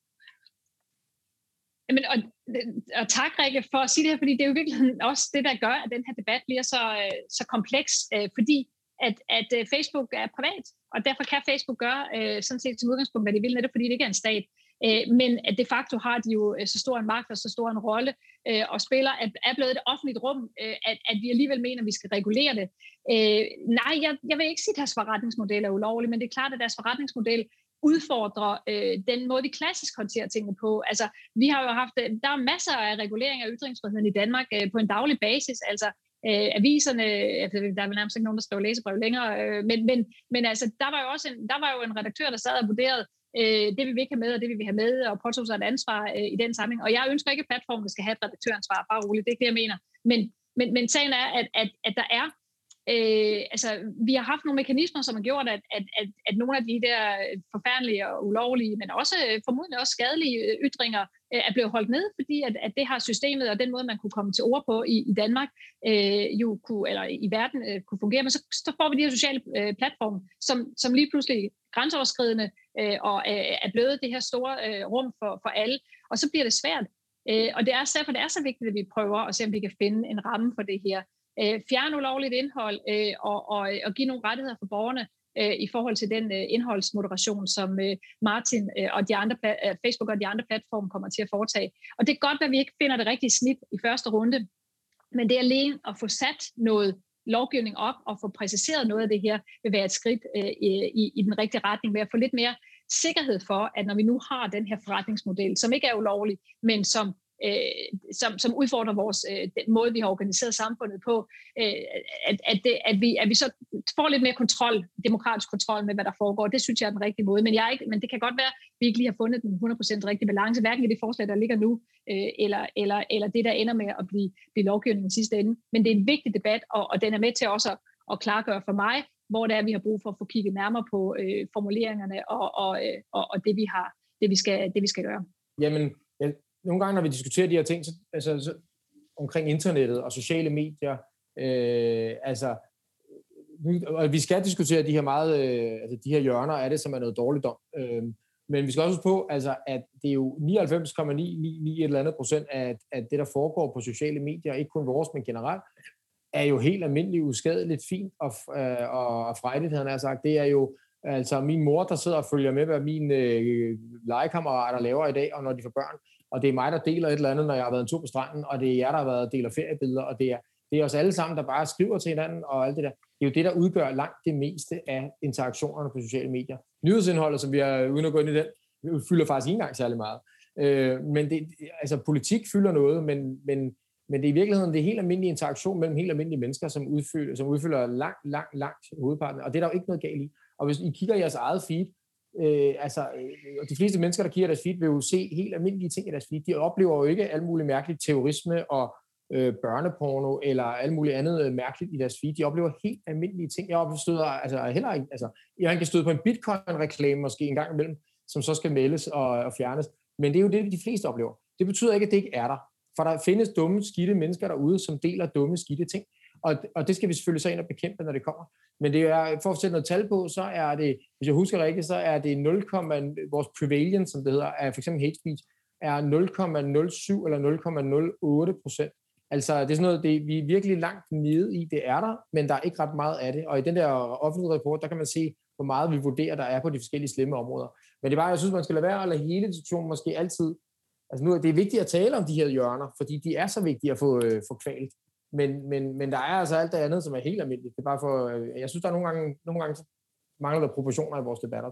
Jamen, og tak, Rikke, for at sige det her, fordi det er jo virkelig også det, der gør, at den her debat bliver så kompleks, fordi at Facebook er privat, og derfor kan Facebook gøre sådan set som udgangspunkt, hvad de vil, netop fordi det ikke er en stat. Men at de facto har de jo så stor en magt og så stor en rolle, og spiller er blevet et offentligt rum, at vi alligevel mener, at vi skal regulere det. Nej, jeg vil ikke sige, at deres forretningsmodel er ulovlig, men det er klart, at deres forretningsmodel udfordrer den måde, vi klassisk håndterer tingene på. Altså, vi har jo haft, der er masser af regulering af ytringsfriheden i Danmark på en daglig basis, altså aviserne, der er vel nærmest ikke nogen, der skriver læsebrev længere, men altså, der var jo en redaktør, der sad og vurderede, det vil vi ikke have med, og det vil vi have med, og påtog sig et ansvar i den sammenhæng. Og jeg ønsker ikke, at platformen skal have et redaktøransvar, bare roligt, det er ikke det, jeg mener. Men sagen er, at der er, altså, vi har haft nogle mekanismer, som har gjort, at nogle af de der forfærdelige og ulovlige, men også formodentlig også skadelige ytringer er blevet holdt ned, fordi at det har systemet og den måde, man kunne komme til ord på i Danmark, eller i verden kunne fungere. Men så får vi de her sociale platforme, som lige pludselig grænseoverskridende og er blevet det her store rum for alle. Og så bliver det svært. Og det er derfor, det er så vigtigt, at vi prøver at se, om vi kan finde en ramme for det her. Fjerne ulovligt indhold og give nogle rettigheder for borgerne i forhold til den indholdsmoderation, som Martin og de andre Facebook og de andre platforme kommer til at foretage. Og det er godt, at vi ikke finder det rigtige snit i første runde, men det er alene at få sat noget lovgivning op og få præciseret noget af det her, vil være et skridt i den rigtige retning med at få lidt mere sikkerhed for, at når vi nu har den her forretningsmodel, som ikke er ulovlig, men som udfordrer vores den måde, vi har organiseret samfundet på, at vi så får lidt mere kontrol, demokratisk kontrol med, hvad der foregår. Det synes jeg er den rigtige måde. Men det kan godt være, at vi ikke lige har fundet den 100% rigtige balance, hverken i det forslag, der ligger nu, eller det, der ender med at blive lovgivning i sidste ende. Men det er en vigtig debat, og den er med til også at klargøre for mig, hvor det er, vi har brug for at få kigget nærmere på formuleringerne og det, vi skal gøre. Jamen, nogle gange, når vi diskuterer de her ting, så omkring internettet og sociale medier, og vi skal diskutere de her de her hjørner af det, som er noget dårligdom. Men vi skal også huske på, at det er jo 99,999 et eller andet procent af det, der foregår på sociale medier, ikke kun vores, men generelt, er jo helt almindeligt, uskadeligt, fint og frejdigt, han har sagt. Det er jo min mor, der sidder og følger med, hvad mine legekammerater laver i dag, og når de får børn. Og det er mig, der deler et eller andet, når jeg har været en tur på stranden, og det er jer, der har været og deler feriebilleder, og det er os alle sammen, der bare skriver til hinanden og alt det der. Det er jo det, der udgør langt det meste af interaktionerne på sociale medier. Nyhedsindholdet, som vi har uden at gå ind i den, fylder faktisk ikke engang særlig meget. Men politik fylder noget, men det er i virkeligheden det helt almindelige interaktion mellem helt almindelige mennesker, som udfylder langt hovedparten, og det er der jo ikke noget galt i. Og hvis I kigger i jeres eget feed, de fleste mennesker, der kigger deres feed, vil jo se helt almindelige ting i deres feed. De oplever jo ikke alle mulige mærkelige terrorisme og børneporno eller alt muligt andet mærkeligt i deres feed. De oplever helt almindelige ting. Jeg kan støde på en Bitcoin-reklame måske en gang imellem, som så skal meldes og fjernes. Men det er jo det, de fleste oplever. Det betyder ikke, at det ikke er der. For der findes dumme, skidte mennesker derude, som deler dumme, skidte ting. Og det skal vi selvfølgelig så ind og bekæmpe, når det kommer. Men det er, for at sætte noget tal på, så er det, hvis jeg husker rigtigt, så er det 0, vores prevalence, som det hedder, af for eksempel hate speech, er 0,07 eller 0,08%. Altså, det er sådan noget, vi er virkelig langt nede i, det er der, men der er ikke ret meget af det. Og i den der offentlige rapport, der kan man se, hvor meget vi vurderer, der er på de forskellige slemme områder. Men det er bare, jeg synes, man skal lade være at lade hele diskussionen måske altid. Altså nu, det er vigtigt at tale om de her hjørner, fordi de er så vigtige at få kvalt. Men der er altså alt det andet, som er helt almindeligt. Det er bare for, jeg synes, der er nogle gange mangler der proportioner i vores debatter.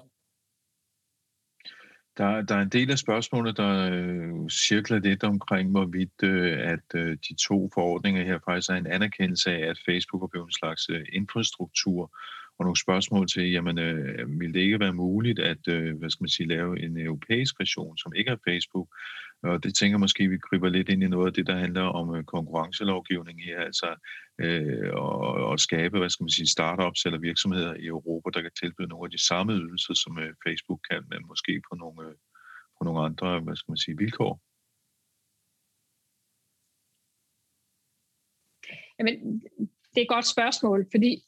Der er en del af spørgsmålene, der cirkler lidt omkring, hvorvidt at de to forordninger her faktisk er en anerkendelse af, at Facebook er blevet en slags infrastruktur, og nogle spørgsmål til, jamen, vil det ikke være muligt at lave en europæisk version, som ikke er Facebook? Og det tænker måske, vi griber lidt ind i noget af det, der handler om konkurrencelovgivning her, altså at skabe, startups eller virksomheder i Europa, der kan tilbyde nogle af de samme ydelser, som Facebook kan, men måske på nogle andre, vilkår. Jamen, det er et godt spørgsmål, fordi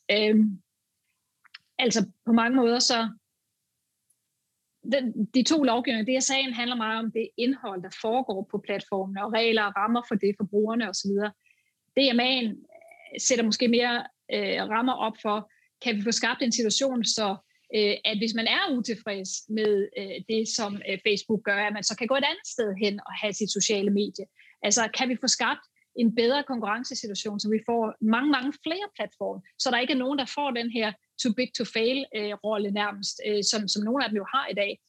på mange måder så de to lovgivninger, det jeg sagde, handler meget om det indhold, der foregår på platformen, og regler og rammer for det for brugerne osv. DMA'en sætter måske mere rammer op for, kan vi få skabt en situation, så at hvis man er utilfreds med det, som Facebook gør, at man så kan gå et andet sted hen og have sit sociale medie. Altså, kan vi få skabt en bedre konkurrencesituation, så vi får mange flere platforme, så der ikke er nogen, der får den her too big to fail rolle nærmest, som nogle af dem jo har i dag.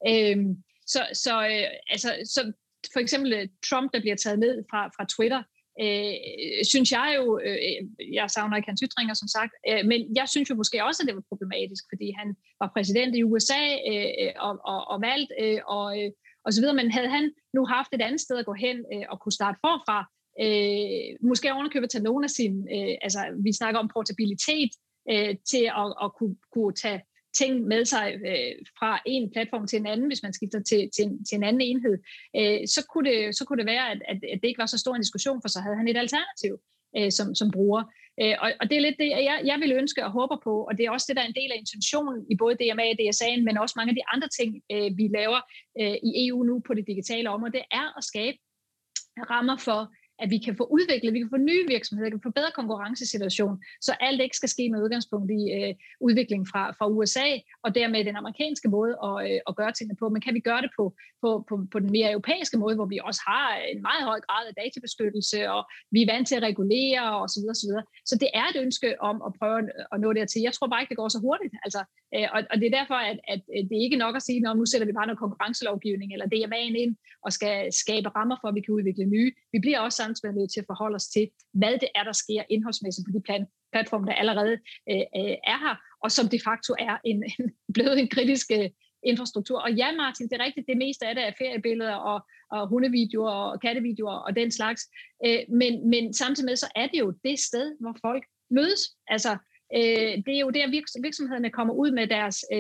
Så for eksempel Trump, der bliver taget ned fra Twitter, synes jeg jo, jeg savner ikke hans ytringer som sagt, men jeg synes jo måske også, at det var problematisk, fordi han var præsident i USA og valgt og så videre, men havde han nu haft et andet sted at gå hen og kunne starte forfra, måske ovenikøbet tage nogle af sine, vi snakker om portabilitet, til at kunne tage ting med sig fra en platform til en anden, hvis man skifter til en anden enhed, så kunne det være, at det ikke var så stor en diskussion, for så havde han et alternativ som bruger. Og det er lidt det, jeg vil ønske og håber på, og det er også det, der er en del af intentionen i både DMA og DSA'en, men også mange af de andre ting, vi laver i EU nu på det digitale område, det er at skabe rammer for, at vi kan få udviklet, vi kan få nye virksomheder, vi kan få bedre konkurrencesituation, så alt ikke skal ske med udgangspunkt i udvikling fra USA, og dermed den amerikanske måde at gøre tingene på. Men kan vi gøre det på den mere europæiske måde, hvor vi også har en meget høj grad af databeskyttelse, og vi er vant til at regulere osv. Så det er et ønske om at prøve at nå dertil. Jeg tror bare ikke, det går så hurtigt. Og det er derfor, at det ikke er nok at sige, nu sætter vi bare noget konkurrencelovgivning eller DMA'en ind og skal skabe rammer for, at vi kan udvikle nye. Vi bliver også samtidig nødt til at forholde os til, hvad det er, der sker indholdsmæssigt på de platforme, der allerede er her, og som de facto er blevet en kritisk infrastruktur. Og ja, Martin, det er rigtigt, det meste af det er feriebilleder og hundevideoer og kattevideoer og den slags. Men samtidig med, så er det jo det sted, hvor folk mødes. Det er jo der, virksomhederne kommer ud med deres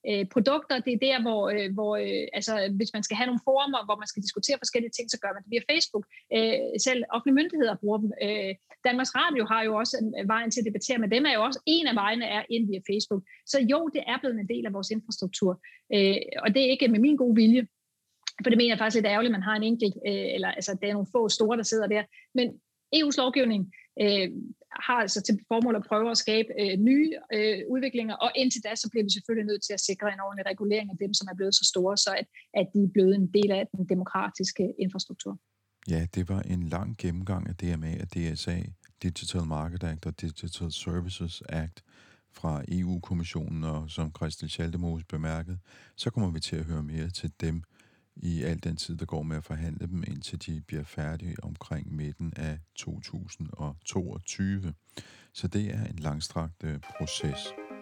produkter, det er der, hvor altså, hvis man skal have nogle forumer, hvor man skal diskutere forskellige ting, så gør man det via Facebook. Selv offentlige myndigheder bruger dem. Danmarks Radio har jo også en vejen til at debattere, men dem er jo også en af vejene er ind via Facebook. Så jo, det er blevet en del af vores infrastruktur, og det er ikke med min gode vilje. For det mener jeg faktisk lidt ærgerligt, at man har en enkelt, eller altså, der er nogle få store, der sidder der. Men EU's lovgivning har altså til formål at prøve at skabe nye udviklinger, og indtil da, så bliver vi selvfølgelig nødt til at sikre en ordentlig regulering af dem, som er blevet så store, så at de er blevet en del af den demokratiske infrastruktur. Ja, det var en lang gennemgang af DMA og DSA, Digital Market Act og Digital Services Act fra EU-kommissionen, og som Christel Schaldemose bemærkede, så kommer vi til at høre mere til dem i al den tid, der går med at forhandle dem, indtil de bliver færdige omkring midten af 2022. Så det er en langstrakt proces.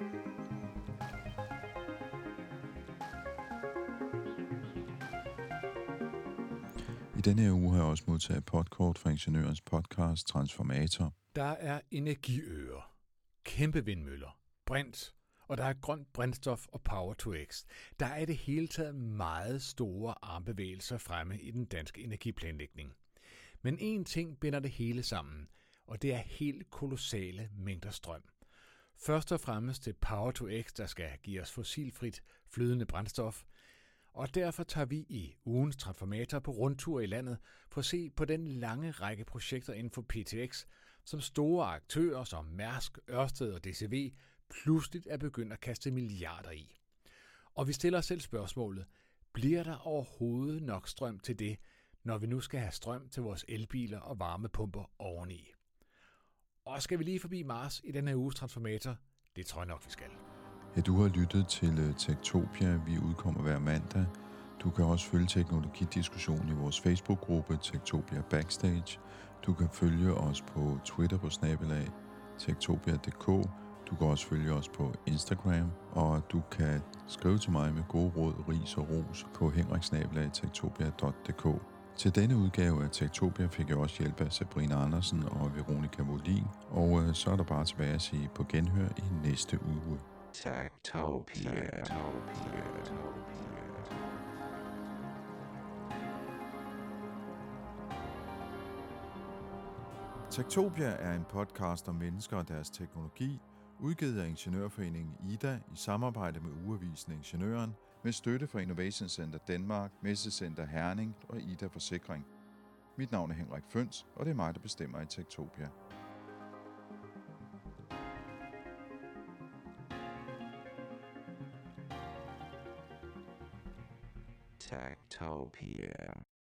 I denne her uge har jeg også modtaget podkort fra Ingeniørens podcast Transformator. Der er energiøer, kæmpe vindmøller, brint, og der er grønt brændstof og Power-to-X. Der er i det hele taget meget store armbevægelser fremme i den danske energiplanlægning. Men én ting binder det hele sammen, og det er helt kolossale mængder strøm. Først og fremmest til Power-to-X, der skal give os fossilfrit flydende brændstof, og derfor tager vi i ugens Transformator på rundtur i landet for at se på den lange række projekter inden for PTX, som store aktører som Mærsk, Ørsted og DCV pludselig er begyndt at kaste milliarder i. Og vi stiller os selv spørgsmålet, bliver der overhovedet nok strøm til det, når vi nu skal have strøm til vores elbiler og varmepumper oveni? Og skal vi lige forbi Mars i denne uges Transformator? Det tror jeg nok, vi skal. Ja, du har lyttet til Techtopia. Vi udkommer hver mandag. Du kan også følge teknologidiskussionen i vores Facebook-gruppe Techtopia Backstage. Du kan følge os på Twitter på @techtopia.dk. Du kan også følge os på Instagram, og du kan skrive til mig med gode råd, ris og ros på henrik@techtopia.dk. Til denne udgave af Techtopia fik jeg også hjælp af Sabrina Andersen og Veronica Molin, og så er der bare tilbage at sige på genhør i næste uge. Techtopia. Techtopia er en podcast om mennesker og deres teknologi, udgivet af Ingeniørforeningen IDA i samarbejde med ugeavisen Ingeniøren, med støtte fra Innovation Center Danmark, Messecenter Herning og IDA Forsikring. Mit navn er Henrik Føns, og det er mig, der bestemmer i Techtopia. Techtopia.